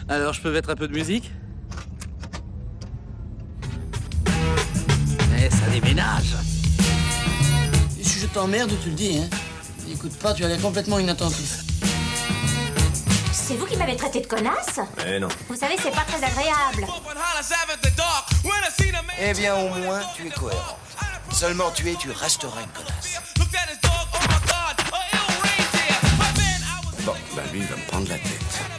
Alors, je peux mettre un peu de musique? Eh, ça déménage. Si je t'emmerde, tu le dis, hein. Écoute pas, tu as l'air complètement inattentif. C'est vous qui m'avez traité de connasse? Eh non. Vous savez, c'est pas très agréable. Eh bien, au moins, tu es cohérent. Seulement tu resteras une connasse. Bon, bah lui, il va me prendre la tête.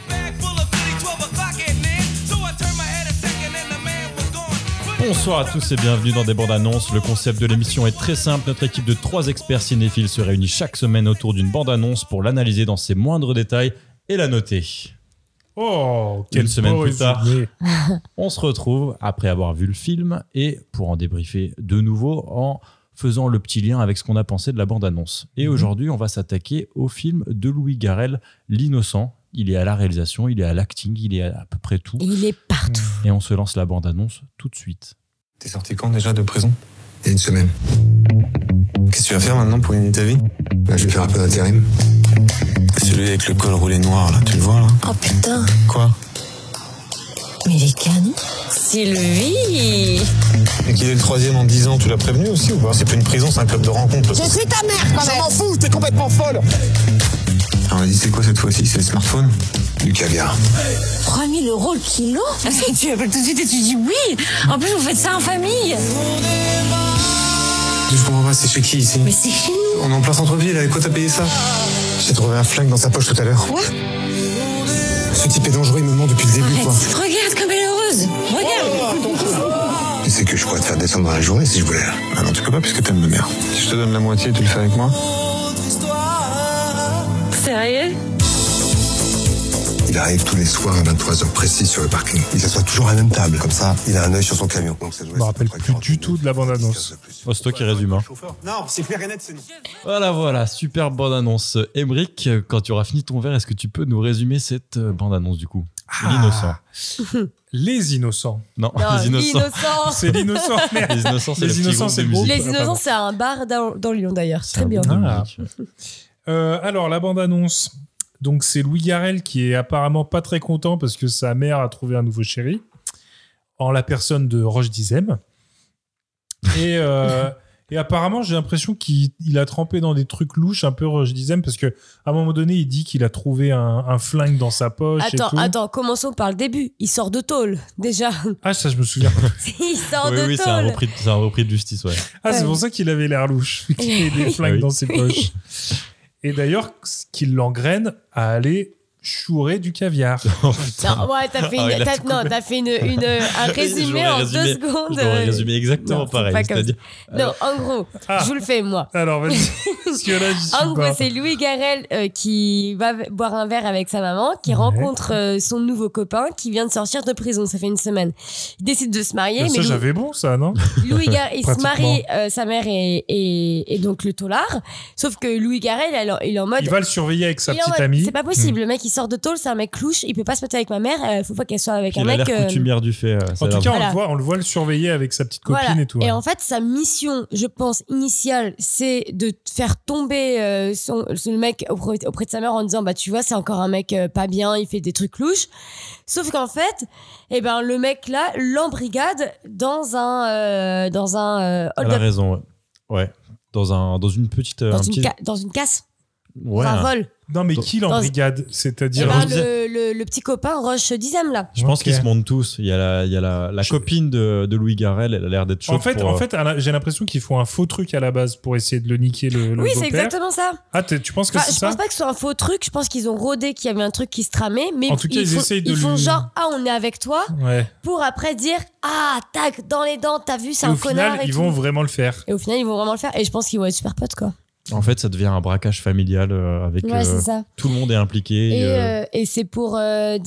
Bonsoir à tous et bienvenue dans des bandes annonces. Le concept de l'émission est très simple. Notre équipe de 3 experts cinéphiles se réunit chaque semaine autour d'une bande annonce pour l'analyser dans ses moindres détails et la noter. Oh, Une semaine plus tard, on se retrouve après avoir vu le film et pour en débriefer de nouveau en faisant le petit lien avec ce qu'on a pensé de la bande-annonce. Et aujourd'hui, on va s'attaquer au film de Louis Garrel, L'Innocent. Il est à la réalisation, il est à l'acting, il est à peu près tout. Il est partout. Et on se lance la bande-annonce tout de suite. T'es sorti quand déjà de prison? Il y a une semaine. Qu'est-ce que tu vas faire maintenant pour gagner ta vie? Là, je vais faire un peu d'intérim. Celui avec le col roulé noir, là, tu le vois, là? Oh putain. Quoi? Mais les canons. Sylvie. Et qu'il est le 3e en 10 ans, tu l'as prévenu aussi ou pas? C'est plus une prison, c'est un club de rencontre. Je suis ta mère quand même. Je m'en fous, t'es complètement folle. Alors, on a dit c'est quoi cette fois-ci? C'est le smartphone? Du caviar. 3 000 € le kilo. Tu appelles tout de suite et tu dis oui. En plus, vous faites ça en famille. Je comprends pas, c'est chez qui ici? Mais c'est chez nous. On est en plein centre-ville, avec quoi t'as payé ça? J'ai trouvé un flingue dans sa poche tout à l'heure. Quoi? Ce type est dangereux, il me ment depuis le début, quoi. Arrête. Regarde comme elle est heureuse. Regarde. Tu sais que je pourrais te faire descendre dans la journée si je voulais. Ah non, tu peux pas puisque t'aimes ma mère. Si je te donne la moitié, tu le fais avec moi? Sérieux? Il arrive tous les soirs à 23h précis sur le parking. Il s'assoit toujours à la même table. Comme ça, il a un œil sur son camion. Donc, ça Je me rappelle plus du tout de la bande-annonce. Oh, c'est toi qui résume. Hein. Non, c'est clair et net, c'est non. Voilà, super bande-annonce. Emric, quand tu auras fini ton verre, est-ce que tu peux nous résumer cette bande-annonce du coup? L'Innocent. Les Innocents. Non, Non, les Innocents. l'Innocent. C'est l'Innocent, merde. Les Innocents, c'est Les le Innocents, petit c'est groupe de le musique. Les Innocents, c'est un bar dans Lyon d'ailleurs. C'est Très un bien. groupe de Ah. musique. Alors, la bande-annonce. Donc, c'est Louis Garrel qui est apparemment pas très content parce que sa mère a trouvé un nouveau chéri en la personne de Roche Dizem. Et apparemment, j'ai l'impression qu'il a trempé dans des trucs louches un peu Roche Dizem parce qu'à un moment donné, il dit qu'il a trouvé un flingue dans sa poche. Attends, commençons par le début. Il sort de tôle, déjà. Ah, ça, je me souviens pas. Il sort Oui, de oui, tôle. c'est un repris de justice, ouais. Ah, c'est pour ça qu'il avait l'air louche. Qu'il ait des flingues Oui. dans ses poches. Et d'ailleurs, qu'il l'engraine à aller chourer du caviar. Non, ouais, t'as fait, Ah, il a tout t'as fait un résumé en 2 secondes. J'aurais résumé exactement Non, c'est pareil. pas comme C'est-à-dire, Non, en gros, Ah. je vous le fais, moi. Alors, vas-y. Parce que là, j'y suis En gros, pas. c'est Louis Garrel qui va boire un verre avec sa maman, qui rencontre son nouveau copain qui vient de sortir de prison. Ça fait une semaine. Il décide de se marier. Ça, mais j'avais bon, ça, non? Louis Garrel, il se Pratiquement. marie, sa mère est donc le taulard. Sauf que Louis Garrel, il est en mode. Il va le surveiller avec sa il est en petite mode, amie. c'est pas possible. Le mec, il sort de tôle, c'est un mec louche. Il peut pas se mettre avec ma mère. Faut pas qu'elle soit avec il un a mec. l'air coutumière du fait. En tout cas, Voilà. on le voit le surveiller avec sa petite copine Voilà. et tout. Et hein. en fait, sa mission, je pense, initiale, c'est de faire tomber le mec auprès de sa mère en disant, bah tu vois, c'est encore un mec pas bien, il fait des trucs louches. Sauf qu'en fait, eh ben le mec là l'embrigade dans un Elle a hold-up, raison, ouais. Dans une petite. dans une casse, Ouais, dans un vol. Non, mais qui l'embrigade? Eh C'est-à-dire. ben, Roche Dizem. le petit copain Roche Dizem là. Je pense Ok. qu'ils se montent tous. Il y a la copine de Louis Garrel, elle a l'air d'être chaude. En fait, j'ai l'impression qu'ils font un faux truc à la base pour essayer de le niquer le Oui, c'est beau-père. exactement ça. Ah, tu penses que Enfin, c'est je ça? pense pas que ce soit un faux truc. Je pense qu'ils ont rodé qu'il y avait un truc qui se tramait, mais En tout cas, ils essayent de ils font lui- genre on est avec toi Ouais. pour après dire tac dans les dents, t'as vu, c'est Et un au connard final, et ils tout. vont vraiment le faire. Et au final, ils vont vraiment le faire. Et je pense qu'ils vont être super potes quoi. En fait, ça devient un braquage familial avec Ouais, c'est ça. tout le monde est impliqué. Et c'est pour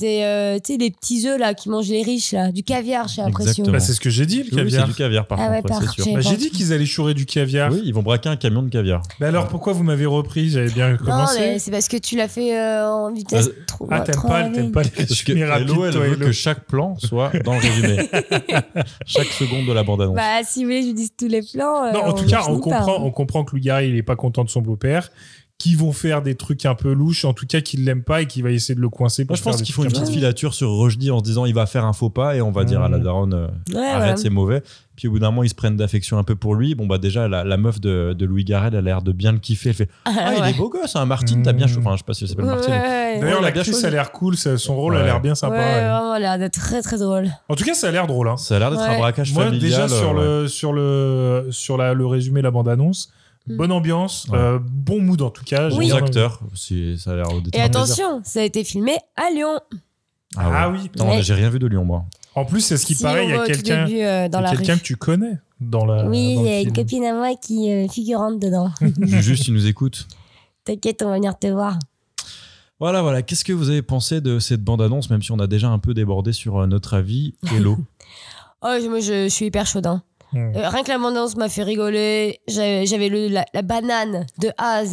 des petits œufs là qui mangent les riches là, du caviar, j'ai l'impression. Exactement. Bah, c'est ce que j'ai dit, le Oui, c'est caviar. du caviar par Ah ouais, contre, ouais, c'est sûr. j'ai Bah, pas j'ai dit qu'ils allaient chourer du caviar. Oui, ils vont braquer un camion de caviar. Mais alors, pourquoi vous m'avez repris? J'avais bien Non, commencé. mais c'est parce que tu l'as fait en vitesse trop. Ah, t'aimes trop pas rapide. les Parce que chemins rapides, Hello, elle toi, veut Hello. que chaque plan soit dans le résumé. Chaque seconde de la bande-annonce. Bah, si vous voulez, que je vous dise tous les plans. Non, en tout on cas, finit pas, hein. on comprend que Louis Garrel, il est pas content de son beau-père, qui vont faire des trucs un peu louches, en tout cas qui l'aiment pas et qui va essayer de le coincer. Moi, je pense qu'ils font une petite filature sur Rushdie en se disant il va faire un faux pas et on va dire à la daronne arrête, voilà. c'est mauvais. Puis au bout d'un moment, ils se prennent d'affection un peu pour lui. Bon, bah déjà, la meuf de Louis Garrel, elle a l'air de bien le kiffer. Elle fait il est beau gosse, hein, Martine, t'as bien chauffé. Enfin, je sais pas si elle s'appelle Martine. Ouais, D'ailleurs, Ouais, l'actrice bien choisi. a l'air cool, son rôle a l'air bien sympa. ouais, ouais. vraiment, elle a l'air d'être très très drôle. En tout cas, ça a l'air drôle. Hein. Ça a l'air d'être un Ouais. braquage Moi, familial. déjà sur le résumé, la bande-annonce, bonne ambiance, bon mood en tout cas. Oui. Bons Bien- acteurs, ça a l'air d'être Et un plaisir. attention, ça a été filmé à Lyon. Ah oui. Putain, Ouais. j'ai rien vu de Lyon, moi. En plus, c'est ce qui Si paraît, on il y a va au tout quelqu'un début, dans la quelqu'un rue. que tu connais dans la. Oui, dans il le y a une film. copine à moi qui est figurante dedans. Juste, il nous écoute. T'inquiète, on va venir te voir. Voilà. Qu'est-ce que vous avez pensé de cette bande-annonce, même si on a déjà un peu débordé sur notre avis? Hello. Oh, moi, je suis hyper chaud. Hein. Rien que la bande-annonce m'a fait rigoler. J'avais la banane de A à Z.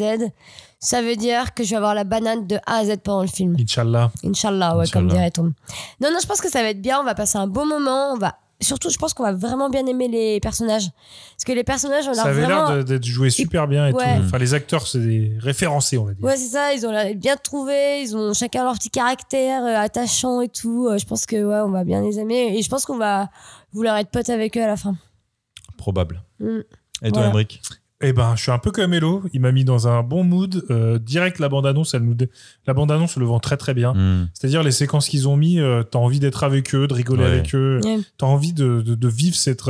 Ça veut dire que je vais avoir la banane de A à Z pendant le film. Inch'Allah. Inch'Allah, ouais, comme Inch'Allah. dirait Tom. Non, je pense que ça va être bien. On va passer un bon moment. Surtout, je pense qu'on va vraiment bien aimer les personnages. Parce que les personnages ont l'air Ça avait vraiment... l'air d'être joué super bien et Ouais. tout. Enfin, les acteurs, c'est des référencés, on va dire. Ouais, c'est ça. Ils ont l'air bien trouvés. Ils ont chacun leur petit caractère attachant et tout. Je pense que on va bien les aimer. Et je pense qu'on va vouloir être potes avec eux à la fin. Probable. Mm. Et toi, Voilà. Emric? Eh ben, je suis un peu comme Hello. Il m'a mis dans un bon mood. Direct, la bande-annonce, la bande-annonce le vend très très bien. C'est-à-dire les séquences qu'ils ont mis, t'as envie d'être avec eux, de rigoler Ouais. avec eux. Ouais. T'as envie de vivre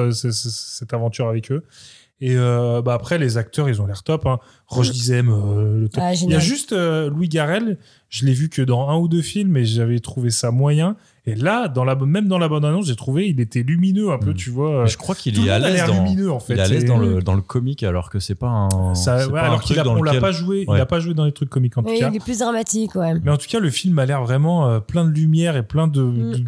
cette aventure avec eux. Et après, les acteurs, ils ont l'air top. Hein. Roche Dizem, le top. Ah, Il y a génial. juste Louis Garrel. Je l'ai vu que dans un ou deux films et j'avais trouvé ça moyen. Et là, même dans la bande-annonce, j'ai trouvé il était lumineux un peu, tu vois. Mais je crois qu'il tout le est à monde a l'aise l'air dans, lumineux, en fait. il est à l'aise Et- dans le comique, alors que c'est pas un. Ça, c'est ouais, pas un alors truc qu'on dans l'a lequel- pas joué, Ouais. il a pas joué dans les trucs comiques en tout Oui, cas. il est plus dramatique, ouais. Mais en tout cas, le film a l'air vraiment plein de lumière et plein de-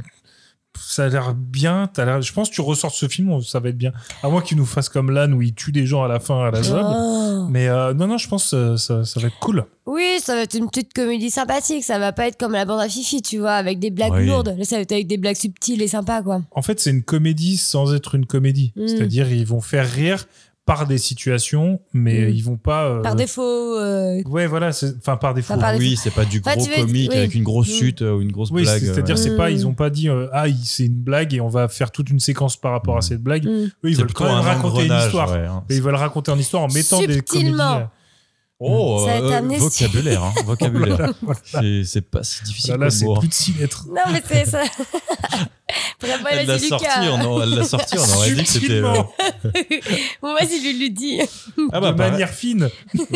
ça a l'air bien. Je pense que tu ressors de ce film, ça va être bien. À moins qu'il nous fasse comme l'âne où il tue des gens à la fin à la zone. Oh. Mais non, je pense que ça va être cool. Oui, ça va être une petite comédie sympathique. Ça va pas être comme la bande à Fifi, tu vois, avec des blagues Oui. lourdes. Là, ça va être avec des blagues subtiles et sympas, quoi. En fait, c'est une comédie sans être une comédie. Mm. C'est-à-dire, ils vont faire rire par des situations, mais ils vont pas. Par défaut. Ouais, voilà. Enfin, par défaut. Enfin, par Oui, c'est pas du Enfin, gros tu veux- comique oui. avec une grosse Mm. chute ou une grosse Oui, blague. c'est-à-dire, ouais. c'est pas, ils ont pas dit c'est une blague et on va faire toute une séquence par rapport à cette blague. Mm. Eux, ils C'est veulent plutôt quand même un raconter une engrenage, histoire. ouais, hein. Et ils veulent raconter une histoire en mettant des Subtilement. comédies. Oh, Ça va être amené si- vocabulaire, hein, vocabulaire. Voilà. C'est pas si difficile Là, comme c'est mot. plus de 6 lettres. Non, mais c'est ça. Vraiment, Elle l'a vas-y, sorti, Lucas. elle l'a sorti, on aurait dit que c'était. Subtilement, Bon, vas-y, lui dis. Ah bah, de pareil, manière fine.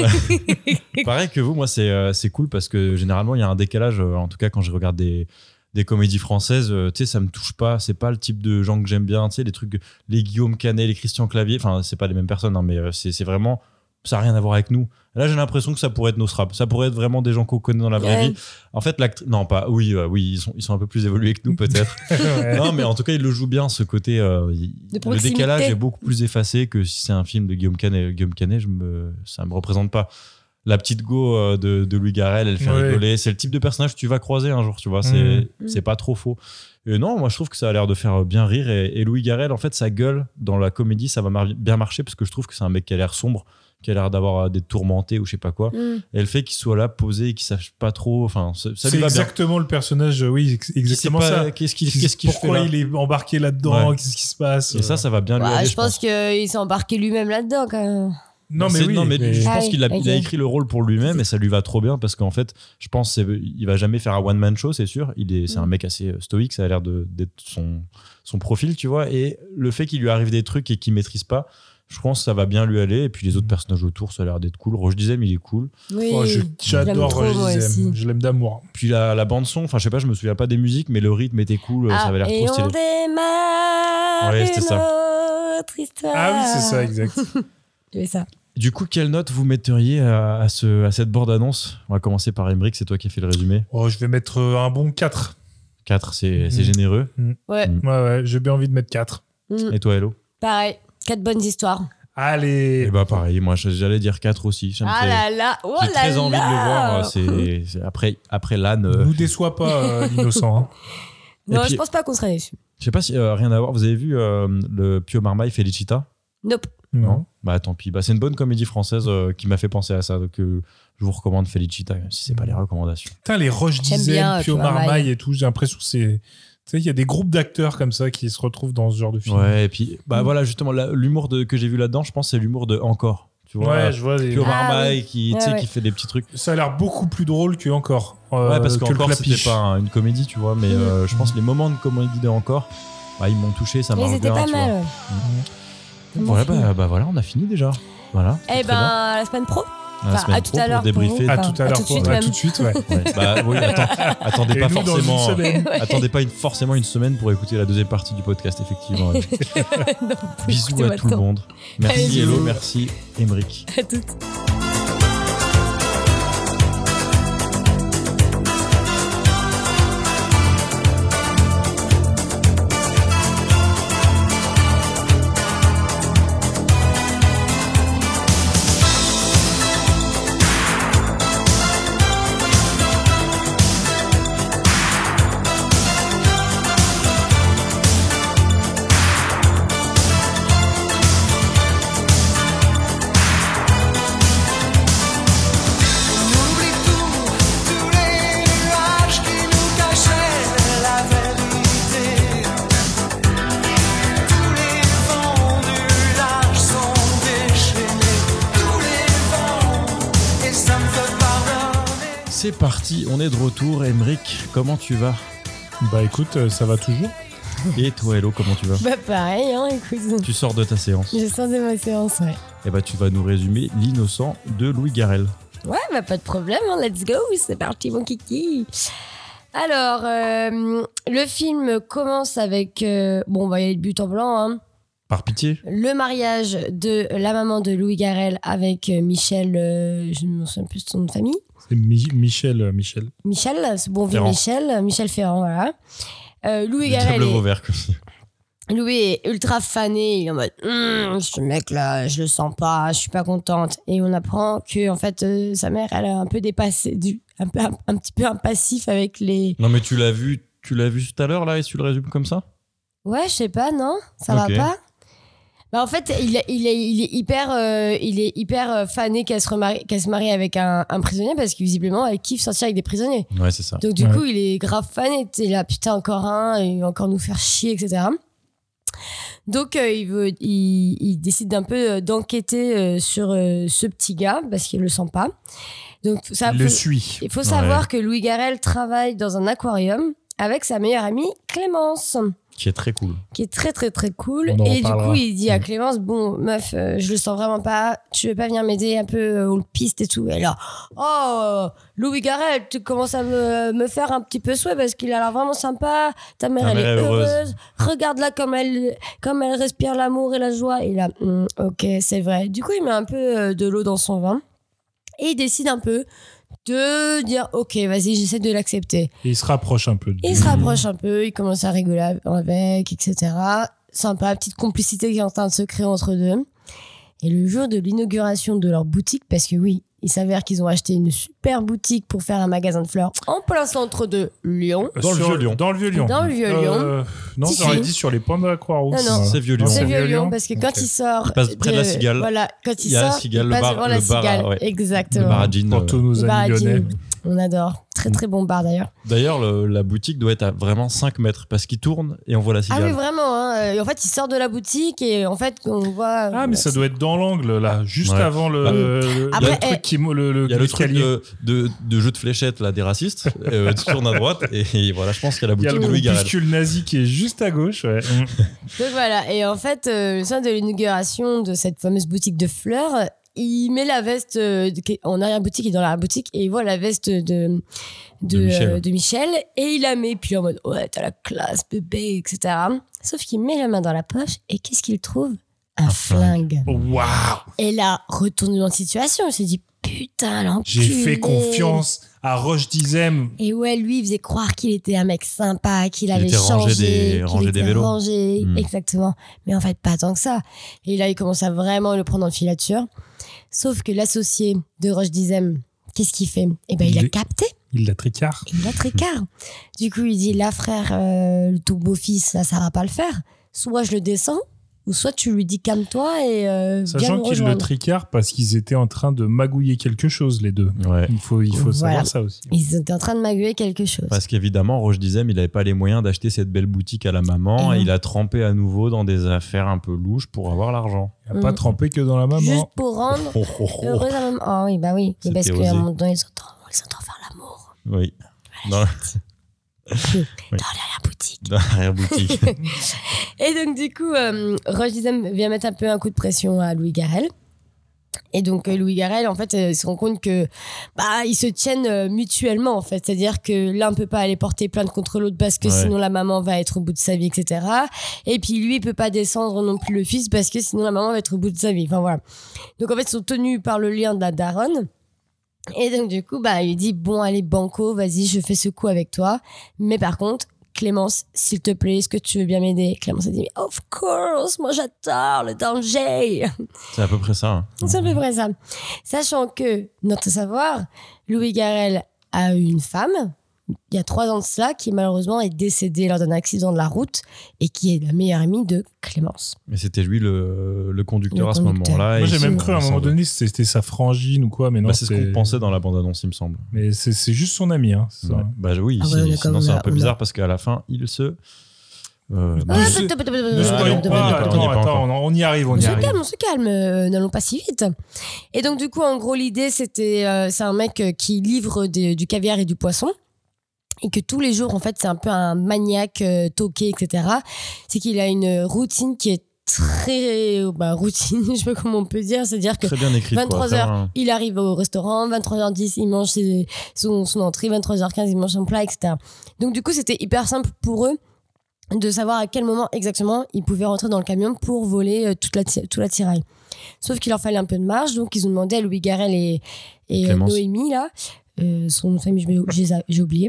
pareil que vous, moi c'est cool parce que généralement il y a un décalage, en tout cas quand je regarde des comédies françaises, tu sais, ça me touche pas, c'est pas le type de gens que j'aime bien, tu sais, les trucs, les Guillaume Canet, les Christian Clavier, enfin c'est pas les mêmes personnes, hein, mais c'est vraiment, ça n'a rien à voir avec nous. Là j'ai l'impression que ça pourrait être nos straps, ça pourrait être vraiment des gens qu'on connaît dans la vraie Ouais. vie. En fait, non pas, oui, ils sont un peu plus évolués que nous peut-être. Ouais. Non, mais en tout cas, il le joue bien, ce côté. Le proximité. décalage est beaucoup plus effacé que si c'est un film de Guillaume Canet. Guillaume Canet, ça me représente pas. La petite go de Louis Garrel, elle fait Ouais. rigoler. C'est le type de personnage que tu vas croiser un jour, tu vois. C'est pas trop faux. Et non, moi, je trouve que ça a l'air de faire bien rire. Et Louis Garrel, en fait, sa gueule dans la comédie, ça va bien marcher parce que je trouve que c'est un mec qui a l'air sombre, qui a l'air d'avoir d'être tourmenté ou je sais pas quoi. Et le fait qu'il soit là, posé et qu'il sache pas trop, enfin, ça C'est lui va bien. exactement le personnage, oui, exactement Il sait pas ça. Qu'est-ce qu'il fait Pourquoi là. il est embarqué là-dedans, Ouais. qu'est-ce qui se passe. Et ça va bien lui Ouais, aller, je pense qu'il s'est embarqué lui-même là-dedans, quand même. Non, mais oui. je Ah pense oui, qu'il a ok. écrit le rôle pour lui-même et ça lui va trop bien parce qu'en fait, je pense qu'il va jamais faire un one-man show, c'est sûr. C'est un mec assez stoïque, ça a l'air d'être son profil, tu vois. Et le fait qu'il lui arrive des trucs et qu'il maîtrise pas, je pense que ça va bien lui aller. Et puis les autres personnages autour, ça a l'air d'être cool. Roche Dizem, il est cool. Oui, Oh, je l'aime j'adore trop, Roche moi Dizem. aussi. Je l'aime d'amour. Puis la bande son, enfin je sais pas, je me souviens pas des musiques, mais le rythme était cool, ça avait l'air et trop on stylé. démarre Ouais, c'était ça. notre histoire. Ah oui, c'est ça, exact. C'est ça. Du coup, quelle note vous metteriez à cette bande-annonce? On va commencer par Emric, c'est toi qui as fait le résumé. Oh, je vais mettre un bon 4. 4, c'est généreux. Ouais. Ouais, j'ai bien envie de mettre 4. Et toi, Hello? Pareil. 4 bonnes histoires. Allez. Et bah pareil, moi j'allais dire 4 aussi. Ça me Ah fait- là là. Oh J'ai là très envie de le là. voir. C'est après l'âne. Nous déçois pas, l'innocent. Hein. Non, puis- je pense pas qu'on serait déçus. Je sais pas si rien à voir. Vous avez vu le Pio Marmaille Felicita? Nope. Non. Bah tant pis. Bah, c'est une bonne comédie française qui m'a fait penser à ça. Donc je vous recommande Felicita, même si c'est pas les recommandations. Putain, les Roche J'aime Dizem, bien, Pio Pio Marmaille. Marmaille et tout, j'ai l'impression que c'est. Tu sais, il y a des groupes d'acteurs comme ça qui se retrouvent dans ce genre de film. Ouais, et puis voilà, justement, l'humour que j'ai vu là-dedans, je pense, c'est l'humour de Encore. Tu vois, Ouais, je vois des. Pio Ah, Marmaille oui. qui, tu sais, Ouais, qui fait des petits trucs. Ça a l'air beaucoup plus drôle que Encore. Ouais, parce que qu'Encore, le c'était Clapiche. pas une comédie, tu vois, mais je pense que les moments de comédie de Encore, bah, ils m'ont touché, ça Ils marche étaient bien. pas tu mal. vois. ouais. Voilà, bah voilà, on a fini déjà. Voilà. Eh c'est très bien. ben, à la semaine pro. À la enfin, semaine à tout pro à pour l'heure pour débriefer. vous. À Enfin, tout à l'heure. tout de suite Ouais, même. tout de suite, ouais. Ouais, bah oui, attendez Et pas nous, dans une forcément. semaine. Attendez pas forcément une semaine pour écouter la deuxième partie du podcast, effectivement. Non, Bisous écoutez à tout le maintenant. monde. Merci Allez, Hello, bisous. merci Émeric. À toutes. C'est parti, on est de retour. Émeric, comment tu vas? Bah écoute, ça va toujours. Et toi Hello, comment tu vas? Bah pareil, hein, écoute. Tu sors de ta séance. Je sens de ma séance, ouais. Et bah tu vas nous résumer L'innocent de Louis Garrel. Ouais, bah pas de problème, hein, let's go, c'est parti mon kiki. Alors, le film commence avec... bon, on va y aller de but en blanc, hein. Par pitié. Le mariage de la maman de Louis Garrel avec Michel... je ne me souviens plus de son nom de famille. C'est Michel. Michel, ce bon vieux Ferrand. Michel Ferrand, voilà. Louis Le Garrel diable est... Vauvert comme ça. Louis est ultra fané, il est en mode ce mec-là, je le sens pas, je suis pas contente. Et on apprend que en fait sa mère, elle a un peu dépassé, un petit peu un passif avec les. Non mais tu l'as vu tout à l'heure là et tu le résumes comme ça? Ouais, je sais pas, non, ça Ok. va pas. Bah en fait, il est hyper fané qu'elle se marie avec un prisonnier parce que visiblement elle kiffe sortir avec des prisonniers. Ouais, c'est ça. Donc du Ouais. coup, il est grave fané. T'es là, putain, encore un, il va encore nous faire chier, etc. Donc il décide d'un peu d'enquêter sur ce petit gars parce qu'il le sent pas. Donc ça, Il le suit. il faut savoir que Louis Garrel travaille dans un aquarium avec sa meilleure amie Clémence, Qui est très cool. qui est très très très cool. On en Et du reparlera. coup, il dit à Clémence, bon meuf, je le sens vraiment pas, tu veux pas venir m'aider un peu, on le piste et tout. Et là, oh Louis Garrel, tu commences à me faire un petit peu souhait parce qu'il a l'air vraiment sympa. Ta mère, elle est heureuse. Regarde-la comme elle respire l'amour et la joie. Et là, ok, c'est vrai. Du coup, il met un peu de l'eau dans son vin et il décide un peu de dire ok, vas-y, j'essaie de l'accepter. Et il se rapproche un peu. Il se rapproche un peu, il commence à rigoler avec, etc. Sympa, petite complicité qui est en train de se créer entre deux. Et le jour de l'inauguration de leur boutique, parce que oui, il s'avère qu'ils ont acheté une super boutique pour faire un magasin de fleurs en plein centre de Lyon. Dans le Vieux-Lyon. Dans le Vieux-Lyon. Dans le Vieux-Lyon. Non, Si, j'aurais si. dit sur les ponts de la Croix-Rousse. Non, non. C'est Vieux-Lyon. C'est Vieux-Lyon. Vieux-Lyon parce que quand Ok. il sort... Il passe près de la Cigale. Voilà, quand il Il y a la sort, Cigale, il le passe bar- devant la le bar, Cigale. ouais. Exactement. Le Baradine. Pour tous nos Le amis Baradine. lyonnais. On adore. Très très bon bar d'ailleurs. D'ailleurs, la boutique doit être à vraiment 5 mètres parce qu'il tourne et on voit la Ah cigale. oui, vraiment. Hein. En fait, il sort de la boutique et en fait, on voit... Ah, mais ça doit être dans l'angle, là, juste Ouais. avant le Après, truc qui... Le Il y a le truc l'escalier. de jeu de fléchettes là, des racistes. Tu tournes à droite et voilà, je pense qu'il y a la Il y a boutique le de Louis Garrel. groupuscule nazi qui est juste à gauche. Ouais. Donc voilà. Et en fait, le soir de l'inauguration de cette fameuse boutique de fleurs, il met la veste en arrière-boutique et dans l'arrière-boutique et il voit la veste de Michel et il la met puis en mode ouais, t'as la classe, bébé, etc. Sauf qu'il met la main dans la poche et qu'est-ce qu'il trouve? Un flingue. Waouh! Et là, retournement de situation, il s'est dit putain, l'enculé. J'ai fait confiance à Roche Dizem. Et ouais, lui, il faisait croire qu'il était un mec sympa, qu'il avait était rangé changé, rangé qu'il des était vélos. rangé, Hmm. exactement. Mais en fait, pas tant que ça. Et là, il commence à vraiment le prendre en filature. Sauf que l'associé de Roche Dizem, qu'est-ce qu'il fait? Eh ben, il a capté. Il l'a tricard. Il a tricard. Du coup, il dit, là, frère, ton beau-fils, là, ça va pas le faire. Soit je le descends, ou soit tu lui dis calme-toi et viens Sachant nous qu'il le rejoindre. tricard parce qu'ils étaient en train de magouiller quelque chose, les deux. Ouais. Il faut Voilà. savoir ça aussi. Ils étaient en train de maguer quelque chose. Parce qu'évidemment, Roche Dizem, il n'avait pas les moyens d'acheter cette belle boutique à la maman Et et non. il a trempé à nouveau dans des affaires un peu louches pour avoir l'argent. Il n'a pas trempé que dans la maman. Juste pour rendre Oh, oh, oh. heureuse la maman. Ah oui, bah oui. Mais C'était parce osé. qu'à un moment donné, ils entendent faire l'amour. Oui. Dans Dans l'arrière-boutique. dans l'arrière-boutique. Et donc, du coup, Roche Dizem vient mettre un peu un coup de pression à Louis Garrel. Et donc, Louis Garrel, en fait, se rend compte que ils se tiennent mutuellement, en fait. C'est-à-dire que l'un peut pas aller porter plainte contre l'autre parce que Ouais. sinon la maman va être au bout de sa vie, etc. Et puis lui, il peut pas descendre non plus le fils parce que sinon la maman va être au bout de sa vie. Enfin, voilà. Donc, en fait, ils sont tenus par le lien de la daronne. Et donc, du coup, il lui dit, bon, allez, banco, vas-y, je fais ce coup avec toi. Mais par contre, Clémence, s'il te plaît, est-ce que tu veux bien m'aider? Clémence a dit, of course, moi j'adore le danger. C'est à peu près ça. Hein. C'est à peu près ça. Sachant que, notre savoir, Louis Garrel a eu une femme, il y a 3 ans de cela, qui malheureusement est décédée lors d'un accident de la route et qui est la meilleure amie de Clémence. Mais c'était lui le conducteur Le à ce conducteur. moment-là. Moi, et j'ai ils même sont cru à un moment ensemble. donné c'était sa frangine ou quoi, mais non. C'est ce qu'on pensait dans la bande-annonce, il me semble. Mais c'est juste son ami. Hein, c'est ça. Ouais. Bah oui, Ah ouais, sinon c'est un peu bizarre parce qu'à la fin, il se... Ne allez, spoilons on y est pas. pas, on y est pas Attends, on y arrive. On se calme, n'allons pas si vite. Et donc, du coup, en gros, l'idée, c'est un mec qui livre du caviar et du poisson. Et que tous les jours, en fait, c'est un peu un maniaque toqué, etc. C'est qu'il a une routine qui est très routine, je sais pas comment on peut dire, c'est-à-dire que très bien écrit. 23h, il arrive au restaurant, 23h10, il mange son entrée, 23h15, il mange son plat, etc. Donc du coup, c'était hyper simple pour eux de savoir à quel moment exactement ils pouvaient rentrer dans le camion pour voler tout l'attirail. Sauf qu'il leur fallait un peu de marge, donc ils ont demandé à Louis Garrel et Noémie, là, son nom de famille, j'ai oublié,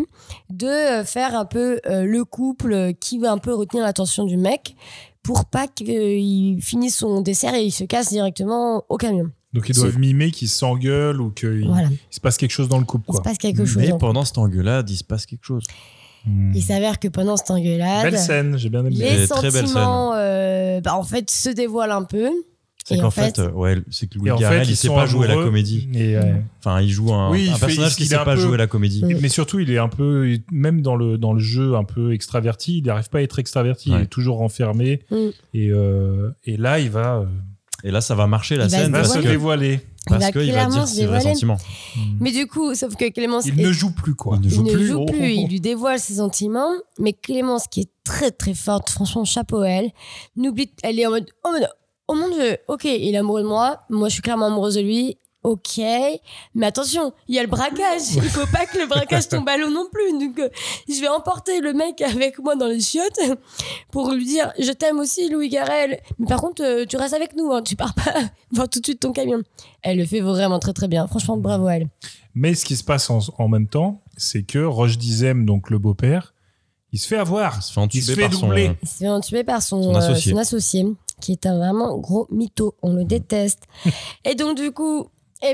de faire un peu le couple qui va un peu retenir l'attention du mec pour pas qu'il finisse son dessert et il se casse directement au camion. Donc ils doivent mimer qu'ils s'engueulent ou qu'il se passe quelque chose dans le couple. Il se passe quelque chose. Mais pendant cette engueulade, il se passe quelque chose. Il s'aveure que pendant cette engueulade, belle scène, j'ai bien aimé. les très belle sentiments en fait se dévoilent un peu. C'est Et qu'en en fait, c'est que Louis et en Garrel, fait, il ils sait sont pas jouer la amoureux comédie. Et, Enfin, il joue un personnage qui il sait est un pas peu- jouer la comédie. Mais surtout, il est un peu, même dans le jeu un peu extraverti, il n'arrive pas à être extraverti. Ouais. Il est toujours renfermé. Et là, il va, Et là, ça va marcher la Il va scène se va se parce que dévoiler. parce qu'il va clairement dire se ses vrais dévoiler. sentiments. Mais du coup, sauf que Clémence Il ne joue plus, quoi. Il ne joue il ne plus. joue Oh, plus, oh, oh. il lui dévoile ses sentiments. Mais Clémence, qui est très très forte, franchement, chapeau à elle, elle est en mode oh mon Dieu, ok, il est amoureux de moi, moi je suis clairement amoureuse de lui, ok, mais attention, il y a le braquage, il faut pas que le braquage tombe à l'eau non plus, donc je vais emporter le mec avec moi dans les chiottes pour lui dire je t'aime aussi Louis Garrel, mais par contre tu restes avec nous, hein, tu pars pas voir tout de suite ton camion. Elle le fait vraiment très très bien, franchement bravo à elle. Mais ce qui se passe en même temps, c'est que Roche Dizem, donc le beau-père, il se fait avoir. Il se fait entuber Il se fait par son- doubler. Il se fait entuber par Son son associé. associé, qui est un vraiment gros mytho. On le déteste. Et donc, du coup,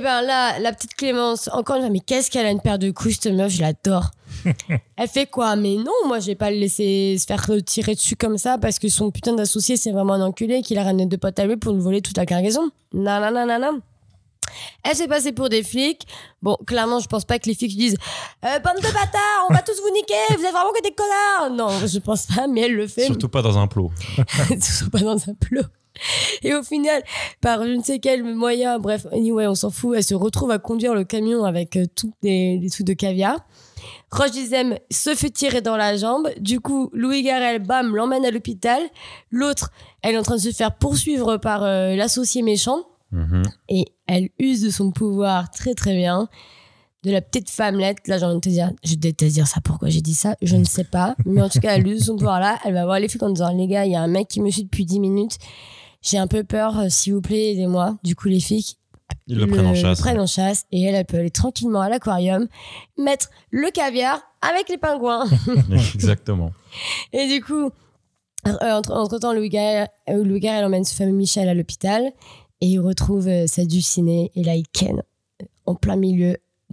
là, la petite Clémence, encore une fois, mais qu'est-ce qu'elle a une paire de couilles, cette meuf, je l'adore. Elle fait quoi? Mais non, moi, je vais pas le laisser se faire tirer dessus comme ça parce que son putain d'associé, c'est vraiment un enculé qu'il a ramené 2 potes à lui pour nous voler toute la cargaison. Non, non, non, non, non. Elle s'est passée pour des flics. Bon, clairement, je pense pas que les flics disent bande de bâtards, on va tous vous niquer, vous êtes vraiment que des connards. Non, je pense pas, mais elle le fait. Surtout pas dans un plot. Surtout pas dans un plot. Et au final, par je ne sais quel moyen, bref, anyway, on s'en fout, elle se retrouve à conduire le camion avec tous des trucs de caviar. Roche Dizem se fait tirer dans la jambe. Du coup, Louis Garrel, bam, l'emmène à l'hôpital. L'autre, elle est en train de se faire poursuivre par l'associé méchant. Mhm. Et elle use de son pouvoir très très bien. De la petite femmelette, là j'ai envie de te dire, je déteste dire ça, pourquoi j'ai dit ça, je ne sais pas. Mais en tout cas, elle use de son pouvoir là, elle va voir les flics en disant, les gars, il y a un mec qui me suit depuis 10 minutes. J'ai un peu peur, s'il vous plaît, aidez-moi. Du coup, les flics Ils le prennent en chasse. le prennent en chasse et elle peut aller tranquillement à l'aquarium, mettre le caviar avec les pingouins. Exactement. Et du coup, entre-temps, Louis Garrel emmène ce fameux Michel à l'hôpital et il retrouve sa dulcinée et là, il ken en plein milieu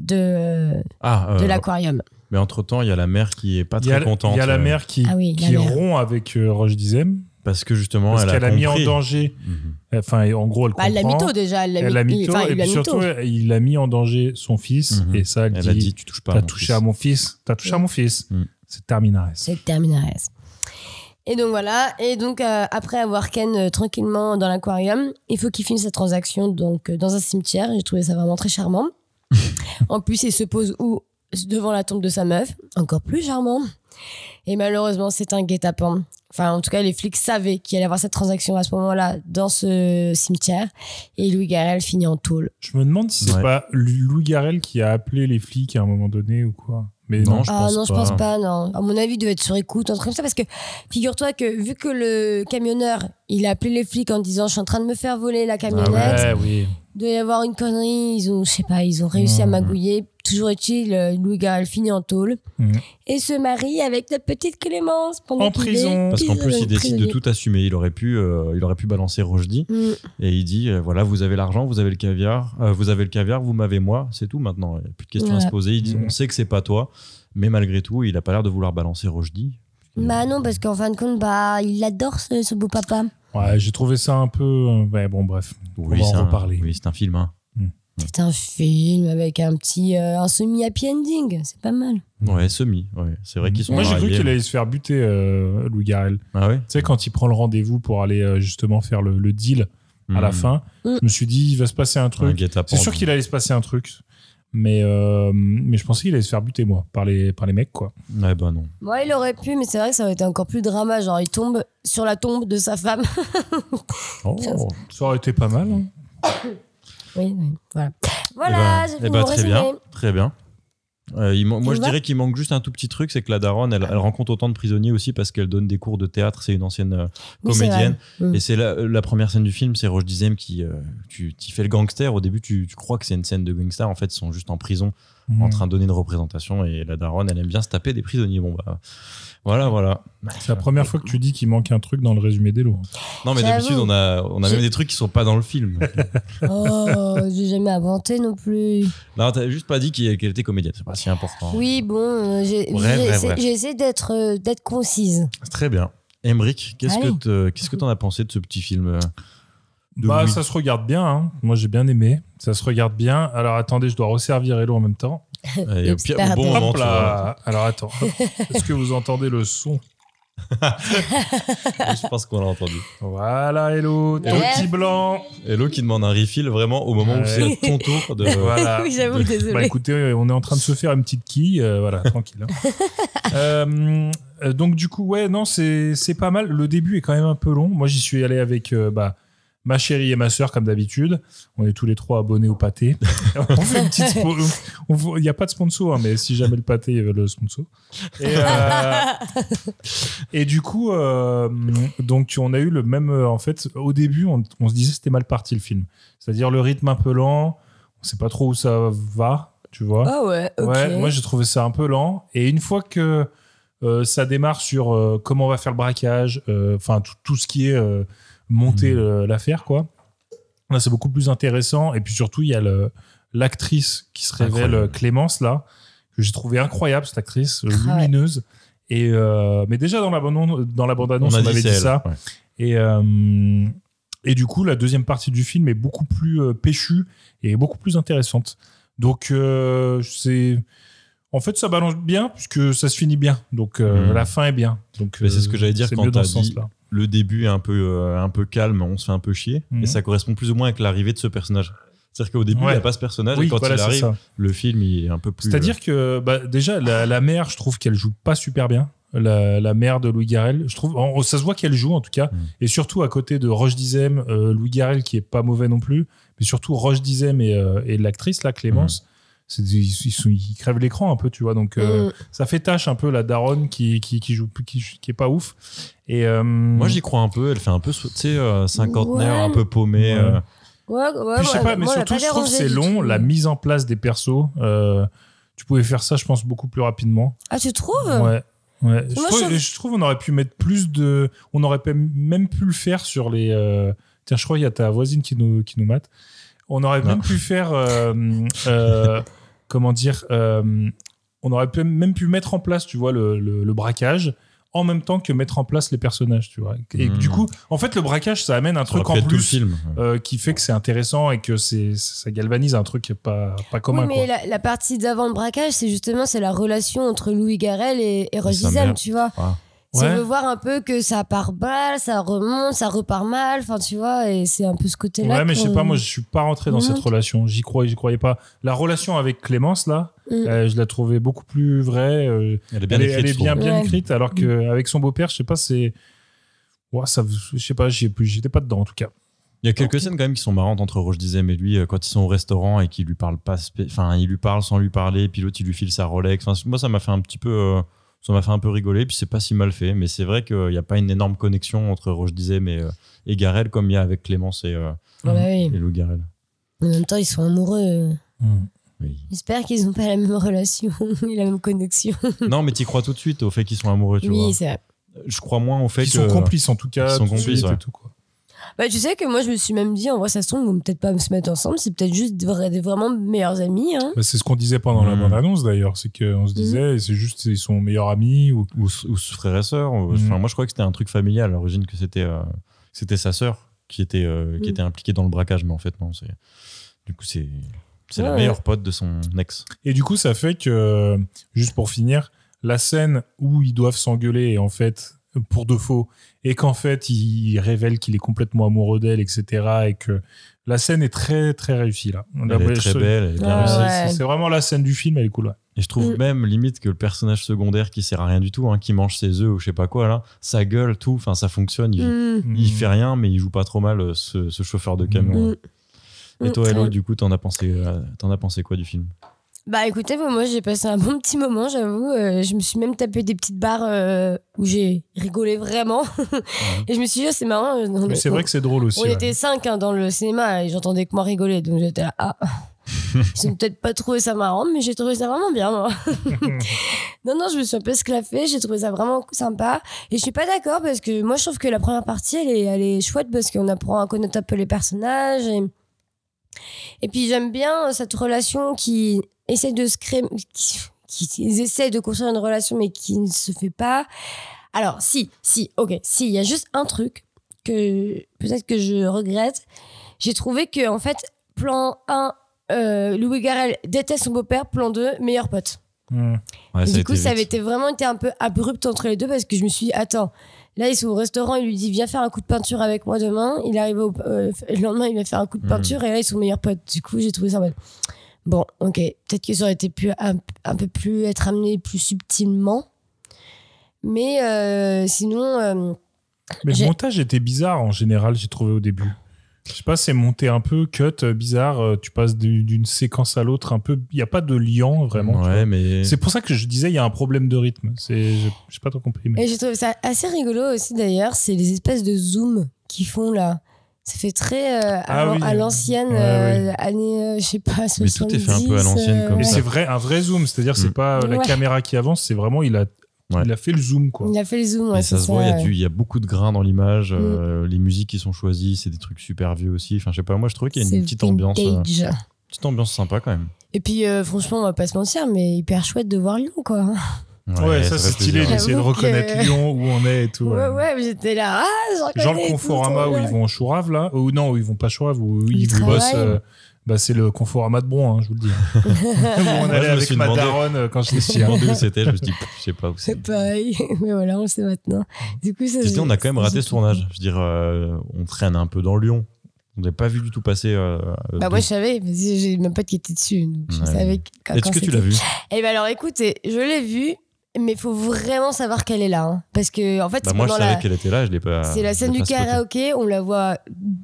de l'aquarium. Mais entre-temps, il y a la mère qui est pas très contente. Il y a la mère qui Ah oui, la mère. rompt avec Roche Dizem Parce que justement, Parce elle qu'elle a mis en compris. danger. Enfin, en gros, elle comprend. Elle l'a mytho déjà. Elle l'a mytho. Enfin, Et il l'a puis surtout, mytho. il a mis en danger son fils. Mhm. Et ça, elle a dit, dit, tu touches pas à t'as mon touché fils. à mon fils. T'as touché à mon fils. Mhm. C'est Terminares. C'est Terminares. Et donc voilà. Et donc après avoir Ken tranquillement dans l'aquarium, il faut qu'il finisse sa transaction donc dans un cimetière. J'ai trouvé ça vraiment très charmant. En plus, il se pose où devant la tombe de sa meuf, encore plus charmant. Et malheureusement, c'est un guet-apens. Enfin, en tout cas, les flics savaient qu'il allait avoir cette transaction à ce moment-là dans ce cimetière. Et Louis Garrel finit en tôle. Je me demande si c'est Ouais. pas Louis Garrel qui a appelé les flics à un moment donné ou quoi. Mais Non, non, je Ah pense non, je pas. pense pas, non. À mon avis, il devait être sur écoute, un truc comme ça, parce que figure-toi que vu que le camionneur, il a appelé les flics en disant « Je suis en train de me faire voler la camionnette ouais, oui. il doit y avoir une connerie, ils ont, je sais pas, ils ont réussi à magouiller. Toujours est-il, Louis Garrel finit en tôle et se marie avec notre petite Clémence pendant En qu'il prison. est Parce qu'en plus, il décide de prisonnier. tout assumer. Il aurait pu balancer Rochdy et il dit voilà, vous avez l'argent, vous avez le caviar, vous m'avez moi, c'est tout maintenant. Il n'y a plus de questions à se poser. Il dit on sait que c'est pas toi, mais malgré tout, il a pas l'air de vouloir balancer Rochdy. Bah non, parce qu'en fin de compte, bah, il adore ce beau papa. Ouais, j'ai trouvé ça un peu. Ouais, bon, bref. Oui, on c'est va en reparler. Oui, c'est un film. Hein. C'est un film avec un petit, un semi-happy ending. C'est pas mal. Ouais, semi. Ouais. C'est vrai qu'ils sont Moi, j'ai cru mariés. qu'il allait se faire buter, Louis Garrel. Ah ouais. Tu sais, quand il prend le rendez-vous pour aller justement faire le deal à la fin, je me suis dit, il va se passer un truc. C'est sûr qu'il allait se passer un truc. Mais je pensais qu'il allait se faire buter, moi, par les mecs, quoi. Ouais, bah non. Ouais, il aurait pu, mais c'est vrai que ça aurait été encore plus drama. Genre, il tombe sur la tombe de sa femme. Oh. Ça aurait été pas mal. Hein. Oui, voilà. Voilà, j'ai fait mon très résumé. bien, très bien. Moi, je va dirais qu'il manque juste un tout petit truc, c'est que la daronne, elle rencontre autant de prisonniers aussi parce qu'elle donne des cours de théâtre. C'est une ancienne Oui, c'est comédienne. vrai. Et c'est la première scène du film, c'est Roche Dizem qui fait le gangster. Au début, tu crois que c'est une scène de gangster. En fait, ils sont juste en prison en train de donner une représentation. Et la daronne, elle aime bien se taper des prisonniers. Bon, bah, voilà. C'est la première fois que tu dis qu'il manque un truc dans le résumé d'Elo. Non, mais J'avoue. d'habitude, on a même des trucs qui sont pas dans le film. Oh, j'ai jamais inventé non plus. Non, t'as juste pas dit qu'elle était comédienne. C'est pas si important. Oui, bon, j'ai Bref. essayé d'être concise. Très bien. Emric, qu'est-ce Allez. que t'en as pensé de ce petit film de Bah, Louis ça se regarde bien. Hein. Moi, j'ai bien aimé. Ça se regarde bien. Alors, attendez, je dois resservir Elo en même temps. Et au pire, au bon moment, Hop tu vois. là. Alors, attends. Hop. Est-ce que vous entendez le son? Je pense qu'on l'a entendu. Voilà, Hello. Ouais. Petit blanc. Hello qui demande un refill vraiment au moment où Ouais. c'est ton tour de. Voilà. Oui, j'avoue, désolé. Bah écoutez, on est en train de se faire une petite quille, voilà, tranquille. Hein. Donc du coup, ouais, non, c'est pas mal. Le début est quand même un peu long. Moi, j'y suis allé avec ma chérie et ma sœur, comme d'habitude. On est tous les trois abonnés au pâté. On fait une petite. Il n'y a pas de sponsor, hein, mais si jamais le pâté veut le sponsor. Et du coup, donc on a eu le même. En fait, au début, on se disait que c'était mal parti le film. C'est-à-dire le rythme un peu lent. On sait pas trop où ça va, tu vois. Ah ouais, ok. Ouais, moi j'ai trouvé ça un peu lent. Et une fois que ça démarre sur comment on va faire le braquage, enfin tout ce qui est monter l'affaire, quoi. Là, c'est beaucoup plus intéressant. Et puis surtout, il y a l'actrice qui se révèle, Incroyable. Clémence, là, que j'ai trouvé incroyable, cette actrice, lumineuse. Et, mais déjà dans la bande-annonce, on a dit avait c'est dit elle, ça. ouais. Et du coup, la deuxième partie du film est beaucoup plus péchue et beaucoup plus intéressante. Donc, en fait, ça balance bien puisque ça se finit bien. Donc, la fin est bien. Donc, Mais c'est ce que j'allais dire c'est quand mieux dans t'as ce dit sens-là. le début est un peu calme, on se fait un peu chier. Et ça correspond plus ou moins avec l'arrivée de ce personnage. C'est-à-dire qu'au début, il n'y a pas ce personnage. Oui, et quand voilà, il c'est arrive, ça. le film il est un peu plus. C'est-à-dire que déjà, la mère, je trouve qu'elle joue pas super bien. La mère de Louis Garrel, je trouve, ça se voit qu'elle joue en tout cas, et surtout à côté de Roche Dizem, Louis Garrel qui est pas mauvais non plus, mais surtout Roche Dizem et l'actrice là, Clémence, ils crèvent l'écran un peu, tu vois, donc ça fait tâche un peu la daronne qui joue, qui est pas ouf. Et moi j'y crois un peu, elle fait un peu, tu sais, cinquantenaire, Ouais. un peu paumé. Ouais, puis, je sais pas, mais moi, surtout elle a je pas trouve que dérangé c'est du long, tout. la mise en place des persos. Tu pouvais faire ça, je pense, beaucoup plus rapidement. Ah, tu trouves? Ouais. Ouais. Moi, Je trouve on aurait pu mettre plus de. On aurait même pu le faire sur les. Tiens, je crois qu'il y a ta voisine qui nous mate. On aurait même pu faire. Comment dire On aurait même pu mettre en place, tu vois, le braquage en même temps que mettre en place les personnages, tu vois. Et du coup, en fait, le braquage, ça amène un Ça aurait truc pu en être tout le plus film. qui fait que c'est intéressant et que ça galvanise un truc pas commun. Oui, mais quoi. la partie d'avant le braquage, c'est la relation entre Louis Garrel et Roche sa Dizem, mère. tu vois. Ah. Si Ouais. on veut voir un peu que ça part mal, ça remonte, ça repart mal, enfin tu vois, et c'est un peu ce côté-là. Ouais, mais je sais qu'on- pas, moi, je suis pas rentré dans cette relation. J'y croyais pas. La relation avec Clémence, là, je la trouvais beaucoup plus vraie. Elle est bien écrite. elle est je trouve. bien Ouais. écrite, alors qu'avec son beau-père, je sais pas, c'est. Ouais, ça, je sais pas, j'étais pas dedans, en tout cas. Il y a quelques scènes quand même qui sont marrantes entre Roche Dizem et lui quand ils sont au restaurant et qu'il lui parle pas, enfin il lui parle sans lui parler, puis l'autre il lui file sa Rolex. Enfin, moi ça m'a fait un petit peu, ça m'a fait un peu rigoler. Puis c'est pas si mal fait, mais c'est vrai qu'il y a pas une énorme connexion entre Roche Dizem et Garrel comme il y a avec Clémence et oui. Lou Garrel. En même temps, ils sont amoureux. Oui. J'espère qu'ils n'ont pas la même relation et la même connexion. Non, mais t'y crois tout de suite au fait qu'ils sont amoureux, tu vois. Oui, c'est vrai. Je crois moins au fait Ils que sont complices, en tout cas. Ils sont tout de complices, suite ouais. et tout, quoi. Bah, tu sais que moi, je me suis même dit, en vrai, ça se trouve, ils vont peut-être pas se mettre ensemble, c'est peut-être juste des vraiment meilleurs amis. Hein. Bah, c'est ce qu'on disait pendant la bande-annonce, d'ailleurs. C'est qu'on se disait, c'est juste, ils sont meilleurs amis. Ou frères et sœurs. Enfin, moi je crois que c'était un truc familial à l'origine, que c'était sa sœur qui était impliquée dans le braquage, mais en fait non, du coup c'est la Ouais. meilleure pote de son ex. Et du coup, ça fait que, juste pour finir, la scène où ils doivent s'engueuler, et en fait, pour de faux, et qu'en fait, il révèle qu'il est complètement amoureux d'elle, etc. Et que la scène est très, très réussie, là. Elle est très belle, elle est bien réussie. Ouais. C'est vraiment la scène du film, elle est cool. Ouais. Et je trouve même limite que le personnage secondaire qui sert à rien du tout, qui mange ses œufs ou je sais pas quoi là, sa gueule, tout, enfin ça fonctionne. Il fait rien, mais il joue pas trop mal ce chauffeur de camion. Et toi, Hello, du coup, t'en as pensé quoi du film? Bah écoutez, moi j'ai passé un bon petit moment, j'avoue. Je me suis même tapé des petites barres où j'ai rigolé vraiment. Et je me suis dit, oh, c'est marrant. Mais c'est vrai que c'est drôle aussi. On ouais. était 5 dans le cinéma et j'entendais que moi rigoler. Donc j'étais là, ils ont peut-être pas trouvé ça marrant, mais j'ai trouvé ça vraiment bien, moi. Non, je me suis un peu esclaffée, j'ai trouvé ça vraiment sympa. Et je suis pas d'accord parce que moi je trouve que la première partie, elle est chouette parce qu'on apprend à connaître un peu les personnages. Et puis j'aime bien cette relation qui essaie de se créer, qui essaie de construire une relation mais qui ne se fait pas. Alors si, il y a juste un truc que peut-être que je regrette. J'ai trouvé que en fait, plan 1, Louis Garrel déteste son beau-père, plan 2, meilleur pote. Ouais, Et du coup, ça avait vite. vraiment été un peu abrupt entre les deux parce que je me suis dit, attends, là, ils sont au restaurant, il lui dit, viens faire un coup de peinture avec moi demain. Il arrive le lendemain, il va faire un coup de peinture et là, ils sont meilleurs potes. Du coup, j'ai trouvé ça mal. Bon, ok, peut-être que ça aurait été un peu plus être amené plus subtilement. Mais sinon. Mais le montage était bizarre en général, j'ai trouvé au début. Je sais pas, c'est monté un peu cut, bizarre. Tu passes d'une séquence à l'autre un peu. Il n'y a pas de lien vraiment. tu vois. Ouais, mais C'est pour ça que je disais il y a un problème de rythme. J'ai pas trop compris. Mais... Et j'ai trouvé ça assez rigolo aussi d'ailleurs, c'est les espèces de zoom qu'ils font là. Ça fait très à l'ancienne, année, je sais pas, 70. Mais tout est fait un peu à l'ancienne comme Et ça. c'est vrai, un vrai zoom, c'est-à-dire c'est pas la Ouais. caméra qui avance, c'est vraiment il a fait le zoom quoi. Il a fait le zoom, ouais, Et ça c'est se voit, ouais. il y a beaucoup de grains dans l'image. Les musiques qui sont choisies, c'est des trucs super vieux aussi. Enfin, je sais pas, moi je trouvais qu'il y a une C'est petite ambiance vintage. sympa quand même. Et puis franchement, on va pas se mentir, mais hyper chouette de voir Lyon quoi. Ouais, ça c'est fait stylé plaisir. d'essayer de J'avoue reconnaître que- Lyon, où on est et tout. Ouais, mais j'étais là, j'en Genre connais le Conforama tout, où ouais. ils vont en Chourave là, ou non, où ils vont pas Chourave, où ils bossent. travaillent. C'est le Conforama de Bron, je vous le dis. Où on Moi, allait je me avec suis ma demandé- daronne quand j'étais Je me petit. demandais où c'était, je me suis dit, je sais pas où c'est. C'est pareil, mais voilà, on le sait maintenant. Du coup, ça, Je dis, on a quand même raté j'ai- ce tournage. Je veux dire, on traîne un peu dans Lyon. On n'avait pas vu du tout passer. Bah moi je savais, parce que j'ai ma pote qui était dessus, donc je Ouais. savais quand Est-ce que tu c'était. l'as vu? Eh ben alors écoutez, je l'ai vue, mais il faut vraiment savoir qu'elle est là, hein. Parce que en fait, Bah, c'est moi, je pendant savais la... qu'elle était là, je l'ai pas. c'est la scène je l'ai du pas spoté. karaoké, on la voit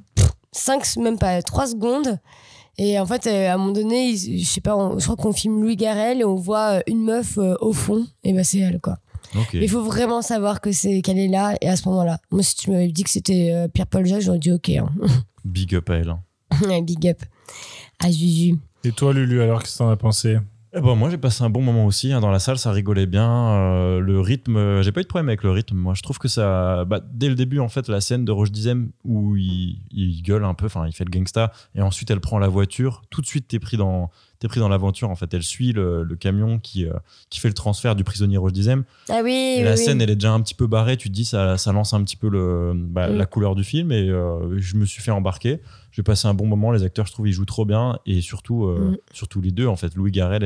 5, même pas 3 secondes. Et en fait, à un moment donné, je sais pas, je crois qu'on filme Louis Garrel et on voit une meuf au fond, et ben c'est elle quoi. Ok. Il faut vraiment savoir qu'elle est là et à ce moment-là. Moi, si tu m'avais dit que c'était Pierre-Paul Jacques, j'aurais dit ok. Hein. Big up à elle. Big up à Juju. Et toi, Lulu, alors qu'est-ce que t'en as pensé? Eh ben, moi, j'ai passé un bon moment aussi. Dans la salle, ça rigolait bien. Le rythme, j'ai pas eu de problème avec le rythme. Moi, je trouve que ça. Dès le début, en fait, la scène de Roche Dizem où il gueule un peu, enfin, il fait le gangsta, et ensuite elle prend la voiture. Tout de suite, t'es pris dans t'es pris dans l'aventure en fait. Elle suit le camion qui fait le transfert du prisonnier Roche Dizem. Ah oui, Et oui, la oui. scène, elle est déjà un petit peu barrée. Tu te dis, ça lance un petit peu la couleur du film. Et je me suis fait embarquer. J'ai passé un bon moment. Les acteurs, je trouve, ils jouent trop bien. Et surtout les deux, en fait. Louis Garrel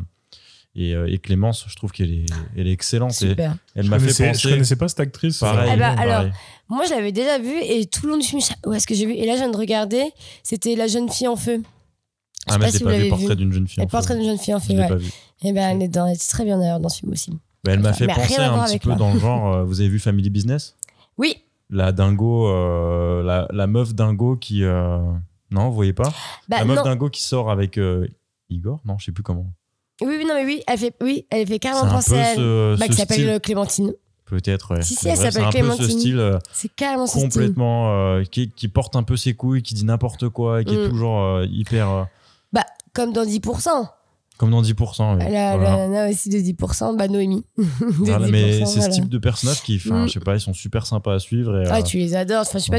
et Clémence, je trouve qu'elle est excellente. Super. Et elle m'a fait penser. Je connaissais pas cette actrice. Pareil, Ah bah, pareil. alors, moi, je l'avais déjà vue et tout le long du film, où est-ce que j'ai vu? Et là, je viens de regarder, c'était La jeune fille en feu. Ah, mais sais j'ai si pas vous vu l'avez Portrait vu. d'une jeune fille. Le portrait d'une jeune fille en Je feu, l'ai ouais. pas vu. Et ben, elle est très bien d'ailleurs dans ce film aussi. Bah, elle m'a fait Mais rien penser à voir un petit avec peu là. dans le genre. Vous avez vu Family Business? Oui. La dingo, la meuf dingo qui. Non, vous voyez pas? Bah, La meuf non. dingo qui sort avec Igor? Non, je sais plus comment. Oui, non, mais oui, elle fait carrément C'est un penser peu à elle. ce Qui s'appelle style. Clémentine. Peut-être, ouais. Si, C'est elle vrai, s'appelle c'est un peu ce Clémentine. style C'est carrément ce style. complètement. Qui porte un peu ses couilles, qui dit n'importe quoi, et qui est toujours hyper. Bah, comme dans 10%. Comme dans 10%. Oui. La Voilà. nana aussi de 10%, bah Noémie. De Voilà, 10%, mais c'est ce voilà. type de personnages qui, je sais pas, ils sont super sympas à suivre. Et, Ah, tu les adores. Enfin, je sais pas,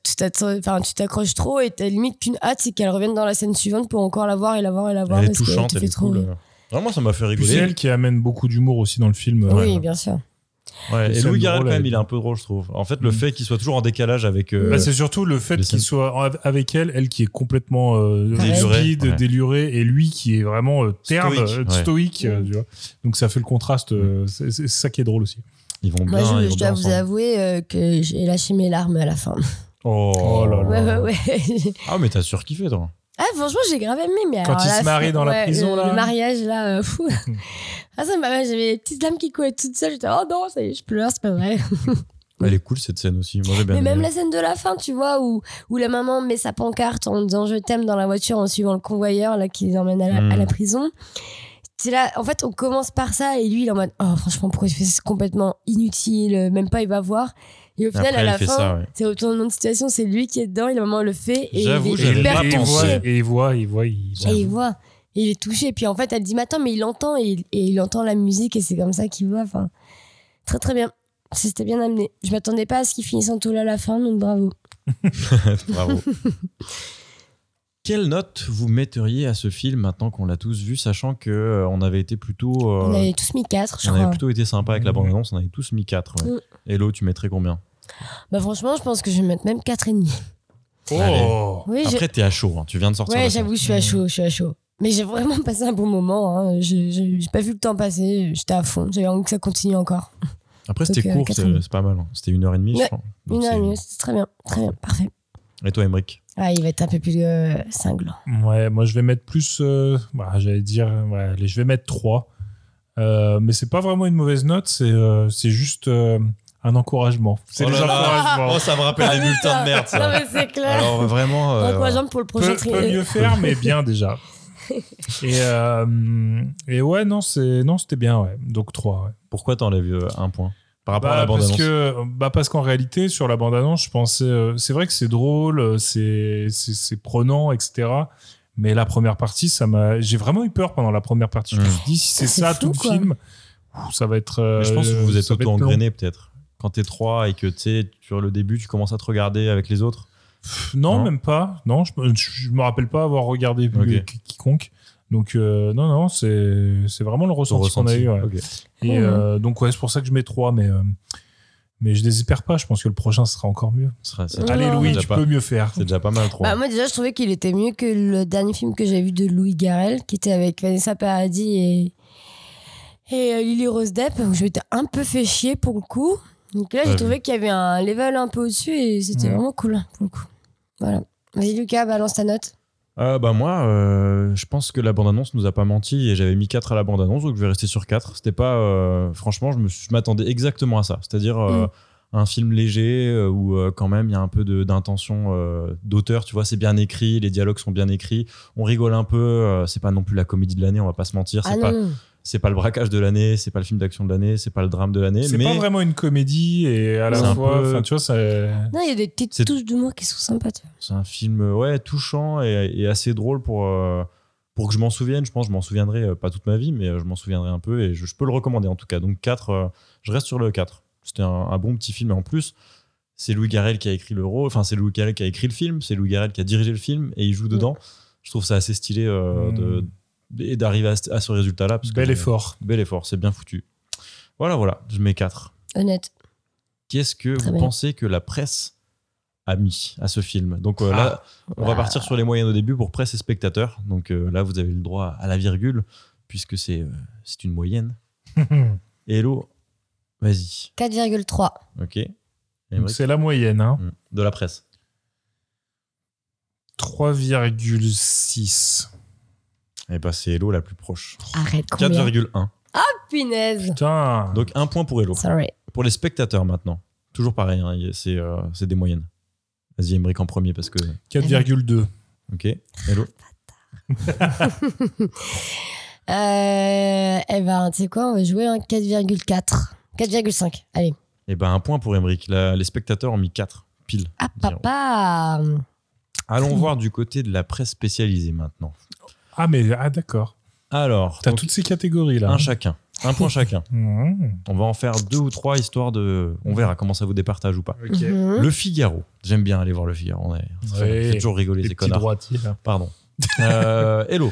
tu t'accroches trop et t'as limite qu'une hâte, c'est qu'elle revienne dans la scène suivante pour encore la voir et la voir et la voir. elle est parce que touchante, tu elle fais est trop. cool. Vraiment, ça m'a fait Puis c'est rigoler. elle qui amène beaucoup d'humour aussi dans le film. Oui, bien sûr. Ouais, Les et scènes Louis Garrel, drôles, quand même, elle- il est un peu drôle, je trouve. En fait, le fait qu'il soit toujours en décalage avec. Bah, c'est surtout le fait les qu'il scènes. soit avec elle qui est complètement Délurée, speed, ouais. délurée, et lui qui est vraiment terme, Stoïque, stoïque, ouais. tu vois. Donc ça fait le contraste, c'est ça qui est drôle aussi. Ils vont bien. Moi, ils je vont dois bien vous ensemble. avouer que j'ai lâché mes larmes à la fin. Oh là là. Ouais. Ah, mais t'as surkiffé, toi. Ah, franchement, j'ai grave aimé. Mais Quand alors, il se marie dans la prison, là. Le mariage, là, fou. Ah, j'avais les petites larmes qui coulaient toutes seules. J'étais, oh non, ça y est, je pleure, c'est pas vrai. Elle est cool, cette scène aussi. Moi, j'ai bien Mais même aimé. la scène de la fin, tu vois, où la maman met sa pancarte en disant je t'aime dans la voiture en suivant le convoyeur là, qui les emmène à la prison. C'est là, en fait, on commence par ça et lui, il est en mode oh, franchement, pourquoi tu fais ça? C'est complètement inutile, même pas il va voir. Et au final, Après, à la elle fait fin, ça, ouais. c'est retournement de situation, c'est lui qui est dedans, et la maman le fait et J'avoue, il est j'avais hyper pas il pensé. voit, touché. et il voit. Et il voit. Et il est touché. Et puis en fait, elle dit mais attends, mais il entend et il entend la musique et c'est comme ça qu'il voit. Enfin, très très bien. C'était bien amené. Je m'attendais pas à ce qu'il finisse en tôle à la fin, donc bravo. Bravo. Quelle note vous metteriez à ce film maintenant qu'on l'a tous vu, sachant que on avait été plutôt. On avait tous mis 4, je on crois. avait plutôt été sympa avec la bande-annonce, on avait tous mis 4. Ouais. Hello, tu mettrais combien? Bah franchement, je pense que je vais mettre même 4,5. Oh. Oui, Après, t'es à chaud, hein. Tu viens de sortir. ouais, de ça. j'avoue, je suis à chaud. Mais j'ai vraiment passé un bon moment. Hein. J'ai pas vu le temps passer. J'étais à fond. J'avais envie que ça continue encore. Après, c'était Donc, court, 4,5. c'est pas mal. Hein. C'était 1h30, je Ouais, crois. Donc, 1h30, c'était très bien. Très bien, parfait. Et toi, Emmerich? Ah, il va être un peu plus cinglant. Ouais, moi je vais mettre plus. J'allais dire, ouais, allez, je vais mettre 3. Mais c'est pas vraiment une mauvaise note, c'est juste un encouragement. C'est Oh des là là. encouragements. Oh, ça me rappelle les bulletins de merde, ça. Non, mais c'est clair. Alors, vraiment. Encourageant pour le prochain Peut mieux faire, mais bien déjà. Et ouais, non, c'était bien, ouais. Donc 3, ouais. Pourquoi t'enlèves un point par rapport à la bande-annonce? Parce qu'en réalité, sur la bande-annonce, je pensais. C'est vrai que c'est drôle, c'est prenant, etc. Mais la première partie, j'ai vraiment eu peur pendant la première partie. Je me suis dit, si c'est ça fou, tout quoi. le film, ça va être. Mais je pense que vous êtes ça va être auto-engrainé, peut-être. Quand t'es 3 et que tu sais, sur le début, tu commences à te regarder avec les autres. Non, Non. même pas. Non, je me rappelle pas avoir regardé Ok. quiconque. Donc, non, c'est vraiment le ressenti qu'on a eu. Ouais. Ok. Et donc, ouais, c'est pour ça que je mets 3, mais je désespère pas. Je pense que le prochain sera encore mieux. C'est Allez, Non, Louis, c'est tu déjà peux mieux faire. C'est déjà pas mal, 3. Bah, moi, déjà, je trouvais qu'il était mieux que le dernier film que j'ai vu de Louis Garrel, qui était avec Vanessa Paradis et Lily Rose Depp, où je m'étais un peu fait chier pour le coup. Donc là, j'ai Ouais, trouvé qu'il y avait un level un peu au-dessus et c'était vraiment cool pour le coup. Voilà. Vas-y, Lucas, balance ta note. Bah moi, je pense que la bande-annonce nous a pas menti et j'avais mis 4 à la bande-annonce, donc je vais rester sur 4. C'était pas... franchement, je m'attendais exactement à ça. C'est-à-dire un film léger où quand même il y a un peu d'intention d'auteur, tu vois, c'est bien écrit, les dialogues sont bien écrits, on rigole un peu, c'est pas non plus la comédie de l'année, on va pas se mentir, c'est pas le braquage de l'année, c'est pas le film d'action de l'année, c'est pas le drame de l'année. C'est mais pas vraiment une comédie et à C'est la un fois, peu- enfin, tu vois, ça. Non, il y a des petites touches d'humour qui sont sympas. Tu vois. c'est un film touchant et assez drôle pour que je m'en souvienne. Je pense que je m'en souviendrai pas toute ma vie, mais je m'en souviendrai un peu et je peux le recommander en tout cas. Donc 4, je reste sur le 4. C'était un bon petit film et en plus, c'est Louis Garrel qui a écrit le rôle, enfin c'est Louis Garrel qui a écrit le film, c'est Louis Garrel qui a dirigé le film et il joue dedans. Je trouve ça assez stylé et d'arriver à ce résultat-là. Parce que, Bel effort. Bel effort, c'est bien foutu. Voilà, je mets 4. Honnête. Qu'est-ce que Très vous bien. pensez que la presse a mis à ce film? Donc là, on va partir sur les moyennes au début pour presse et spectateurs. Donc là, vous avez le droit à la virgule, puisque c'est une moyenne. Hello, vas-y. 4,3. Ok. Donc Émeric. c'est la moyenne. Hein. De la presse. 3,6. Eh ben, c'est Hello la plus proche. Arrête, combien? 4,1. Punaise. Putain. Donc 1 point pour Hello. Sorry. Pour les spectateurs maintenant, toujours pareil, hein, c'est des moyennes. Vas-y, Émeric en premier parce que. 4,2. Ok. Hello. Eh ben, tu sais quoi, on va jouer un 4,4. 4,5. Allez. Eh ben, 1 point pour Émeric. Les spectateurs ont mis 4. Pile. Ah, papa. Allons voir du côté de la presse spécialisée maintenant. Ah, d'accord. Alors, T'as donc, toutes ces catégories là. un chacun. 1 point chacun. Mmh. On va en faire 2 ou 3 histoire de. On verra comment ça vous départage ou pas. Ok. Mhm. Le Figaro. J'aime bien aller voir le Figaro. Ça fait toujours rigoler Les ces petits connards. droitiers là. Pardon. Hello.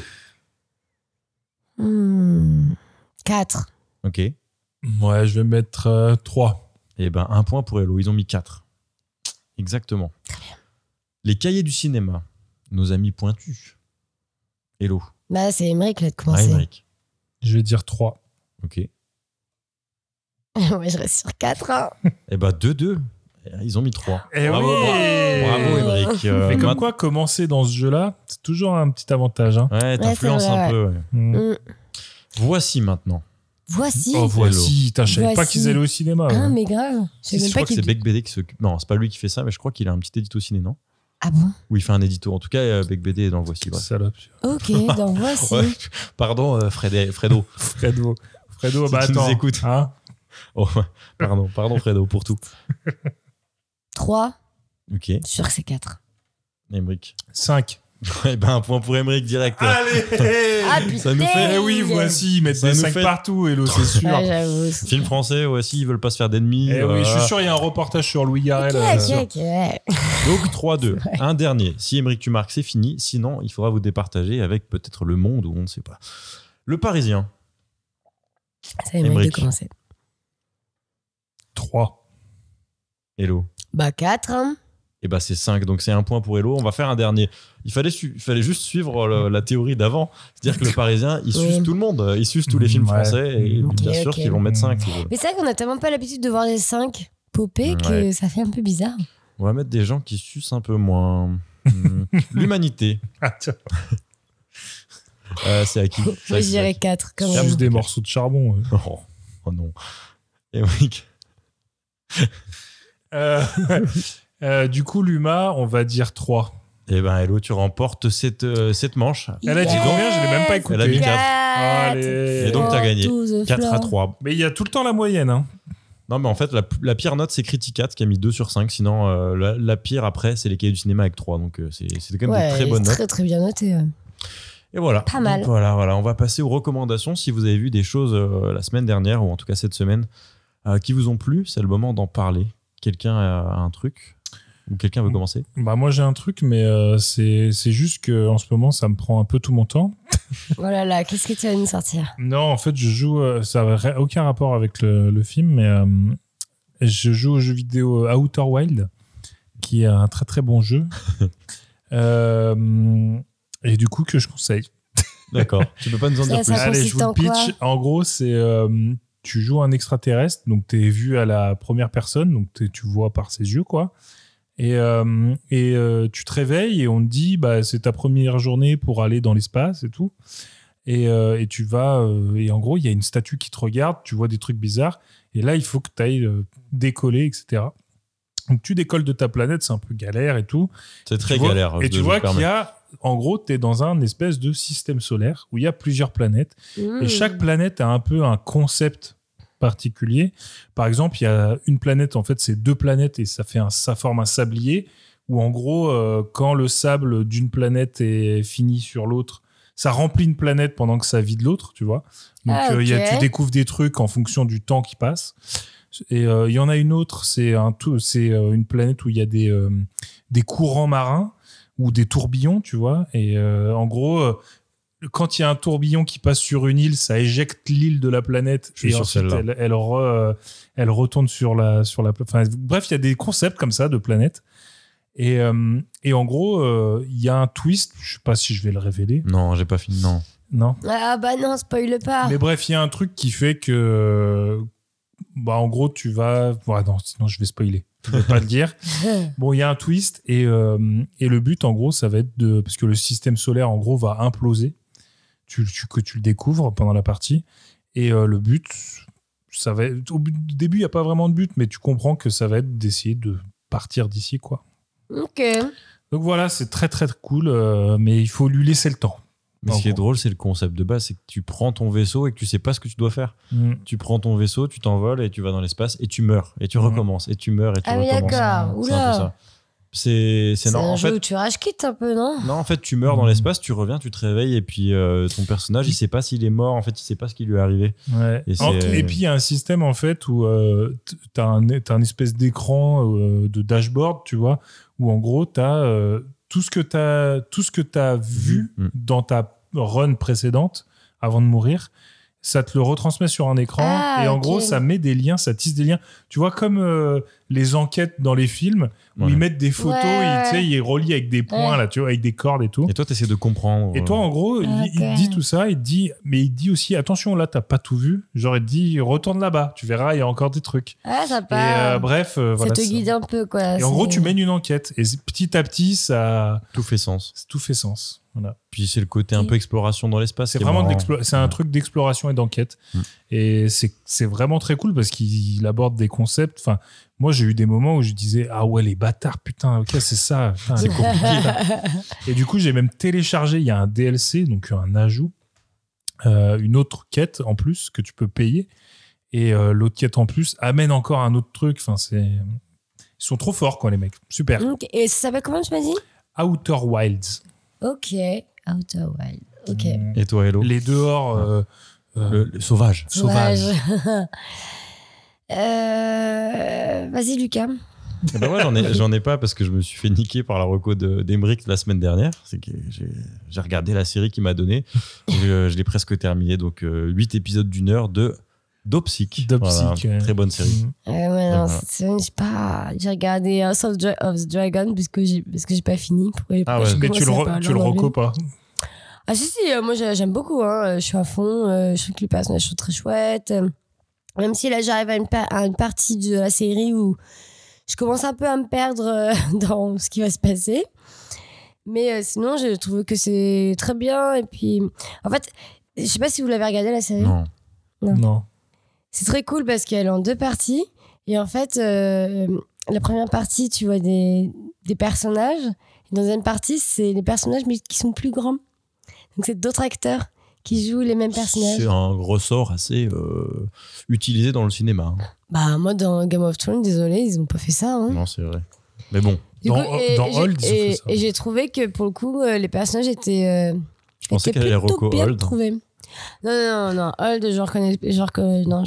4. Ok. Ouais, je vais mettre 3. Eh ben, 1 point pour Hello. Ils ont mis 4. Exactement. Les cahiers du cinéma. Nos amis pointus. Hello. Bah, c'est Émeric là de Ah, commencer. Émeric. Je vais dire 3. Ok. Ouais, je reste sur 4. Hein. Eh ben, 2-2. Ils ont mis 3. Eh Bravo, oui. bravo Émeric. Mais comme quoi, commencer dans ce jeu-là, c'est toujours un petit avantage. Hein. Ouais, t'influences c'est vrai, un peu. Ouais. Mmh. Voici maintenant. Voici. Oh, voici. Putain, je savais pas Voici. qu'ils allaient au cinéma. Ah, ouais. mais grave. Je sais Je même crois pas que c'est qu'il. Bec BD qui s'occupe. Non, c'est pas lui qui fait ça, mais je crois qu'il a un petit édito ciné, non? Ah bon? Où il fait un édito. En tout cas, Bec BD est dans le Voici. Bref. Salope. Ok, donc voici. Ouais. Pardon, Fredo. Fredo, Si bah tu nous attends. écoutes. Hein. Oh, pardon Fredo pour tout. 3. Ok. Je suis sûr que c'est 4. Émeric. 5. Eh ben, 1 point pour Émeric direct. Allez. Ah putain. Ça nous fait- Eh oui, voici. Ils mettent Ça des nous 5 fait- partout, Hello, c'est sûr. Ouais, j'avoue. Film français, Voici, ils veulent pas se faire d'ennemis. Eh oui, je suis sûr, il y a un reportage sur Louis Garrel. Ok. Donc 3-2. Un dernier. Si Émeric tu marques, c'est fini. Sinon, il faudra vous départager avec peut-être Le Monde ou on ne sait pas. Le Parisien. C'est Émeric de Émeric. commencer. 3. Hello. Bah 4. Hein. Et bah c'est 5, donc c'est 1 point pour Hello. On va faire un dernier. Il fallait juste suivre la théorie d'avant. C'est-à-dire que le Parisien, il suce tout le monde. Il suce tous les films Ouais. français. Et Ok, bien sûr ok. qu'ils vont mettre 5. Mais c'est vrai qu'on a tellement pas l'habitude de voir les 5 popés que Ouais. ça fait un peu bizarre. On va mettre des gens qui sucent un peu moins. L'humanité. Ah, tiens. C'est à qui? Moi, je dirais 4 quand C'est même. juste des morceaux de charbon. Oh non. Émeric. Du coup, Luma, on va dire 3. Eh ben Hello, tu remportes cette manche. Elle a dit combien? Je l'ai même pas écouté. Elle a dit 4. Allez. Et donc t'as gagné. 12 4 à fleurs. 3. Mais il y a tout le temps la moyenne. Hein. Non, mais en fait, la pire note, c'est Criticat qui a mis 2 sur 5. Sinon, la pire après, c'est les cahiers du cinéma avec 3. Donc, c'est quand même Ouais, des très bonnes notes. très très bien noté. Ouais. Et voilà. Pas mal. Donc, voilà. On va passer aux recommandations. Si vous avez vu des choses la semaine dernière, ou en tout cas cette semaine, qui vous ont plu, c'est le moment d'en parler. Quelqu'un a un truc? Ou quelqu'un veut commencer? Bah moi, j'ai un truc, mais c'est juste qu'en ce moment, ça me prend un peu tout mon temps. Oh là là, qu'est-ce que tu vas nous sortir? Non, en fait, je joue. Ça n'a aucun rapport avec le film, mais je joue au jeu vidéo Outer Wild, qui est un très très bon jeu. Et du coup, que je conseille. D'accord. Tu peux pas nous en dire Ça plus? Allez, je vous le consiste en pitch. En gros, c'est tu joues un extraterrestre, donc tu es vu à la première personne, donc tu vois par ses yeux, quoi. Et tu te réveilles et on te dit, bah, c'est ta première journée pour aller dans l'espace et tout. Et tu vas. Et en gros, il y a une statue qui te regarde, tu vois des trucs bizarres. Et là, il faut que tu ailles décoller, etc. Donc, tu décolles de ta planète, c'est un peu galère et tout. C'est très Tu vois- galère. Et je tu me vois permets. qu'il y a. En gros, tu es dans un espèce de système solaire où il y a plusieurs planètes. Et chaque planète a un peu un concept particulier. Par exemple, il y a une planète, en fait, c'est 2 planètes et ça forme un sablier où, en gros, quand le sable d'une planète est fini sur l'autre, ça remplit une planète pendant que ça vide l'autre, tu vois. Donc, Ah, ok. tu découvres des trucs en fonction du temps qui passe. Et il y en a une autre, c'est une planète où il y a des courants marins ou des tourbillons, tu vois. Et en gros, quand il y a un tourbillon qui passe sur une île, ça éjecte l'île de la planète Je suis et sur ensuite celle-là. elle retourne sur la enfin, bref, il y a des concepts comme ça de planètes et en gros il y a un twist, je sais pas si je vais le révéler. Non, j'ai pas fini. Non. Ah bah non, spoil pas. Mais bref, il y a un truc qui fait que en gros tu vas non, sinon je vais spoiler. Je vais pas le dire. Bon, il y a un twist et le but en gros ça va être parce que le système solaire en gros va imploser. Que tu le découvres pendant la partie et le but ça va être, au début il y a pas vraiment de but mais tu comprends que ça va être d'essayer de partir d'ici quoi. Ok. Donc voilà, c'est très très cool mais il faut lui laisser le temps. Mais En ce qui est gros. drôle, c'est le concept de base, c'est que tu prends ton vaisseau et que tu sais pas ce que tu dois faire. Tu prends ton vaisseau, tu t'envoles et tu vas dans l'espace et tu meurs et tu recommences et tu meurs et tu Ah oui, recommences. d'accord. C'est un peu Oula. ça. C'est un en jeu fait. où tu rage quittes un peu, non? Non, en fait, tu meurs dans l'espace, tu reviens, tu te réveilles et puis ton personnage, il sait pas s'il est mort, en fait, il sait pas ce qui lui est arrivé. Ouais. Et c'est- Et puis il y a un système en fait où t'as un espèce d'écran de dashboard, tu vois, où en gros t'as tout ce que t'as vu dans ta run précédente avant de mourir. Ça te le retransmet sur un écran et en ok. gros ça met des liens, ça tisse des liens. Tu vois comme les enquêtes dans les films où Ouais. ils mettent des photos, Ouais. tu sais, ils relient avec des points Ouais. là, tu vois, avec des cordes et tout. Et toi, tu essaies de comprendre. Et toi, en gros, il te dit tout ça, il te dit, mais il te dit aussi, attention, là, t'as pas tout vu. Genre, il te dit, retourne là-bas, tu verras, il y a encore des trucs. Ah, ça Et part. bref, Ça voilà. te ça. guide un peu, quoi. Et en gros, C'est- tu mènes une enquête. Et petit à petit, Tout fait sens. tout fait sens. Voilà. Puis c'est le côté un peu exploration dans l'espace. C'est qui est vraiment marrant. c'est un truc d'exploration et d'enquête. Et c'est vraiment très cool parce qu'il aborde des concepts. Enfin, moi, j'ai eu des moments où je disais, ah ouais, les bâtards, putain, ok, c'est ça. Putain, c'est compliqué. Et du coup, j'ai même téléchargé, il y a un DLC, donc un ajout, une autre quête en plus que tu peux payer. Et l'autre quête en plus amène encore un autre truc. Enfin, ils sont trop forts, quoi, les mecs. Super. Ok. Et ça s'appelle comment, tu m'as dit? Outer Wilds. Ok. Outer Wild. Ok. Et toi, Hello Les dehors le sauvage. sauvages. Vas-y, Lucas. Eh ben ouais, j'en ai pas parce que je me suis fait niquer par la reco d'Emeric la semaine dernière. C'est que j'ai regardé la série qu'il m'a donnée. Je l'ai presque terminée. Donc, 8 épisodes d'1 heure de Dopsic. Dopsic, ouais. Très bonne série. Ouais, non, Voilà. je sais pas. J'ai regardé House of the Dragon parce que j'ai pas fini. Ah ouais. Mais tu le reco pas. Ah si, moi j'aime beaucoup. Hein. Je suis à fond. Je trouve que les personnages sont très chouettes. Même si là j'arrive à une partie de la série où je commence un peu à me perdre dans ce qui va se passer. Mais sinon, je trouve que c'est très bien. Et puis, en fait, je sais pas si vous l'avez regardé la série. Non. C'est très cool parce qu'elle est en 2 parties. Et en fait, la première partie, tu vois des personnages. Et dans la deuxième partie, c'est les personnages mais qui sont plus grands. Donc, c'est d'autres acteurs qui jouent les mêmes personnages. C'est un ressort assez utilisé dans le cinéma. hein. Bah, moi, dans Game of Thrones, désolé, ils ont pas fait ça. Hein. Non, c'est vrai. Mais bon, Du Dans et Hold, ils ont fait ça. et j'ai trouvé que pour le coup, les personnages étaient pensais qu'elle allait plutôt reco bien Hold. trouvés. Non, Hold, je reconnais. Non,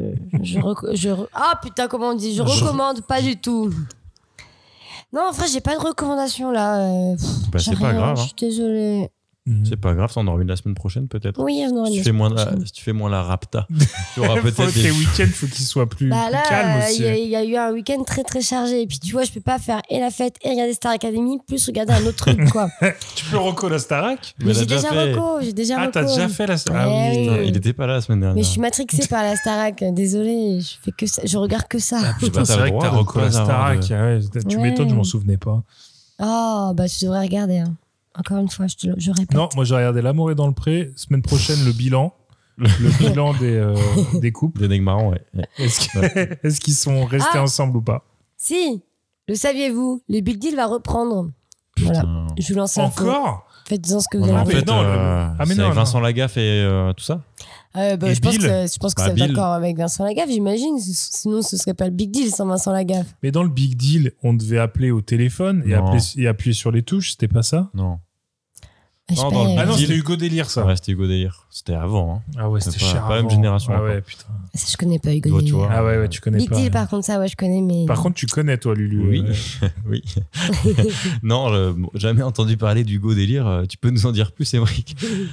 ah putain, comment on dit? Je recommande pas du tout. Non, en vrai, j'ai pas de recommandation là. Bah, j'ai c'est pas rien, grave, Je hein. suis désolée. c'est pas grave, ça en aura une la semaine prochaine peut-être. Oui, on aura Si une tu fais moins prochaine. si tu fais moins la rapta, tu auras peut-être Tes des... week-ends, faut qu'ils soient plus, Bah plus là, calmes aussi. il y a eu un week-end très très chargé. Et puis tu vois, je peux pas faire et la fête et regarder Star Academy, plus regarder un autre truc, quoi. Tu peux reco la Starac Mais l'a j'ai déjà fait. reco, j'ai déjà Ah, reco. t'as déjà fait la Starac. Ah Ouais, oui. Putain, il était pas là la semaine dernière. Mais je suis matrixée par la Starac, désolée, je fais que ça, je regarde que ça. Putain, Bah, c'est t'as vrai le que t'as droit de reco pas la avoir Starac. Ouais, tu Ouais. m'étonnes, je m'en souvenais pas. Oh, bah tu devrais regarder. Hein. Encore une fois, je répète. Non, moi j'ai regardé L'amour est dans le pré. Semaine prochaine, le bilan. Le bilan des couples. Des nègres marrants, ouais. Est-ce qu'ils sont restés Ah. ensemble ou pas? Si, le saviez-vous, le Big Deal va reprendre. Voilà, Putain. je vous lance l'info. Encore? Faites-en ce que vous Non, avez en envie. mais fait, non, c'est mais non, avec non. Vincent Lagaffe et tout ça. Et Je pense Bill que Bah, c'est Bill. d'accord avec Vincent Lagaffe, j'imagine. Sinon, ce serait pas le Big Deal sans Vincent Lagaffe. Mais dans le Big Deal, on devait appeler au téléphone et, Non. appuyer sur les touches, c'était pas ça? Non. Je sais Non, pas, dans le Ah non, Deal. c'était Hugo Délire, ça. Ouais, c'était Hugo Délire. C'était avant. Hein. Ah ouais, C'est c'était pas- cher. pas la même avant. génération Ah ouais, encore. putain. Ça, je connais pas Hugo Toi, tu Délire. vois. Ah ouais, tu connais Big pas. Deal, par contre, ça, ouais, je connais, mais. Par contre, tu connais, toi, Lulu. Oui. Oui. Non, jamais entendu parler d'Hugo Délire. Tu peux nous en dire plus, Émeric?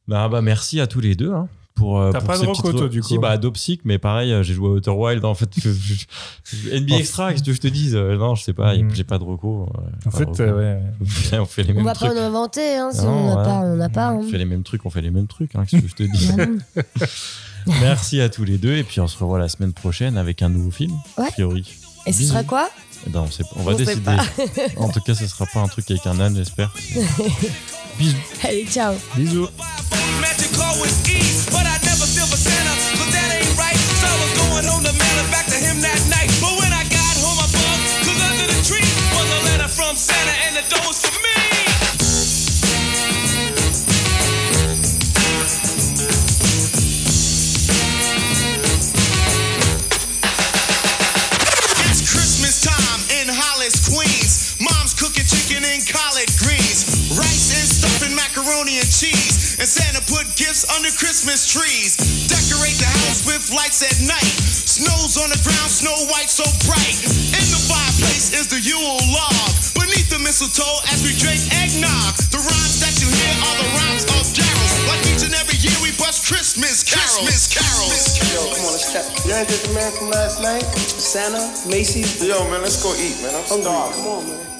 Bah, merci à tous les deux. Hein, T'as pour pas de ces reco, petites- toi, du coup. Si, Dopsic, mais pareil, j'ai joué à Outer Wild. En fait, NBA Extra, qu'est-ce que je te dise Non, je sais pas, j'ai pas de reco. En fait, ouais. On fait les On mêmes va trucs. pas en inventer, hein, si Non, on n'a ouais. pas, on n'a pas. On Hein. fait les mêmes trucs, hein, qu'est-ce que je te dis Merci à tous les deux, et puis on se revoit la semaine prochaine avec un nouveau film, Ouais. a priori. Et ce Bisous. sera quoi? Eh ben, on sait pas, on va On sait décider. pas. En tout cas, ce sera pas un truc avec un âne, j'espère. Bisous. Allez, ciao. Bisous. Magic car with ease, but I never feel for Santa, cause that ain't right. So I was going home to mail it back to him that night. But when I got home, I bugged, cause under the tree was a letter from Santa, and the door was for me. It's Christmas time in Hollis, Queens. Mom's cooking chicken and collard greens, rice and stuffing macaroni and cheese, and Santa put gifts under Christmas trees. Decorate the house with lights at night. Snow's on the ground, snow white so bright. In the fireplace is the Yule log. Beneath the mistletoe as we drink eggnog. The rhymes that you hear are the rhymes of carols. Like each and every year we bust Christmas carols. Christmas carols. Yo, come on, let's check. You ain't just the man from last night? Santa, Macy's. Yo, man, let's go eat, man. I'm starving. Come on, man.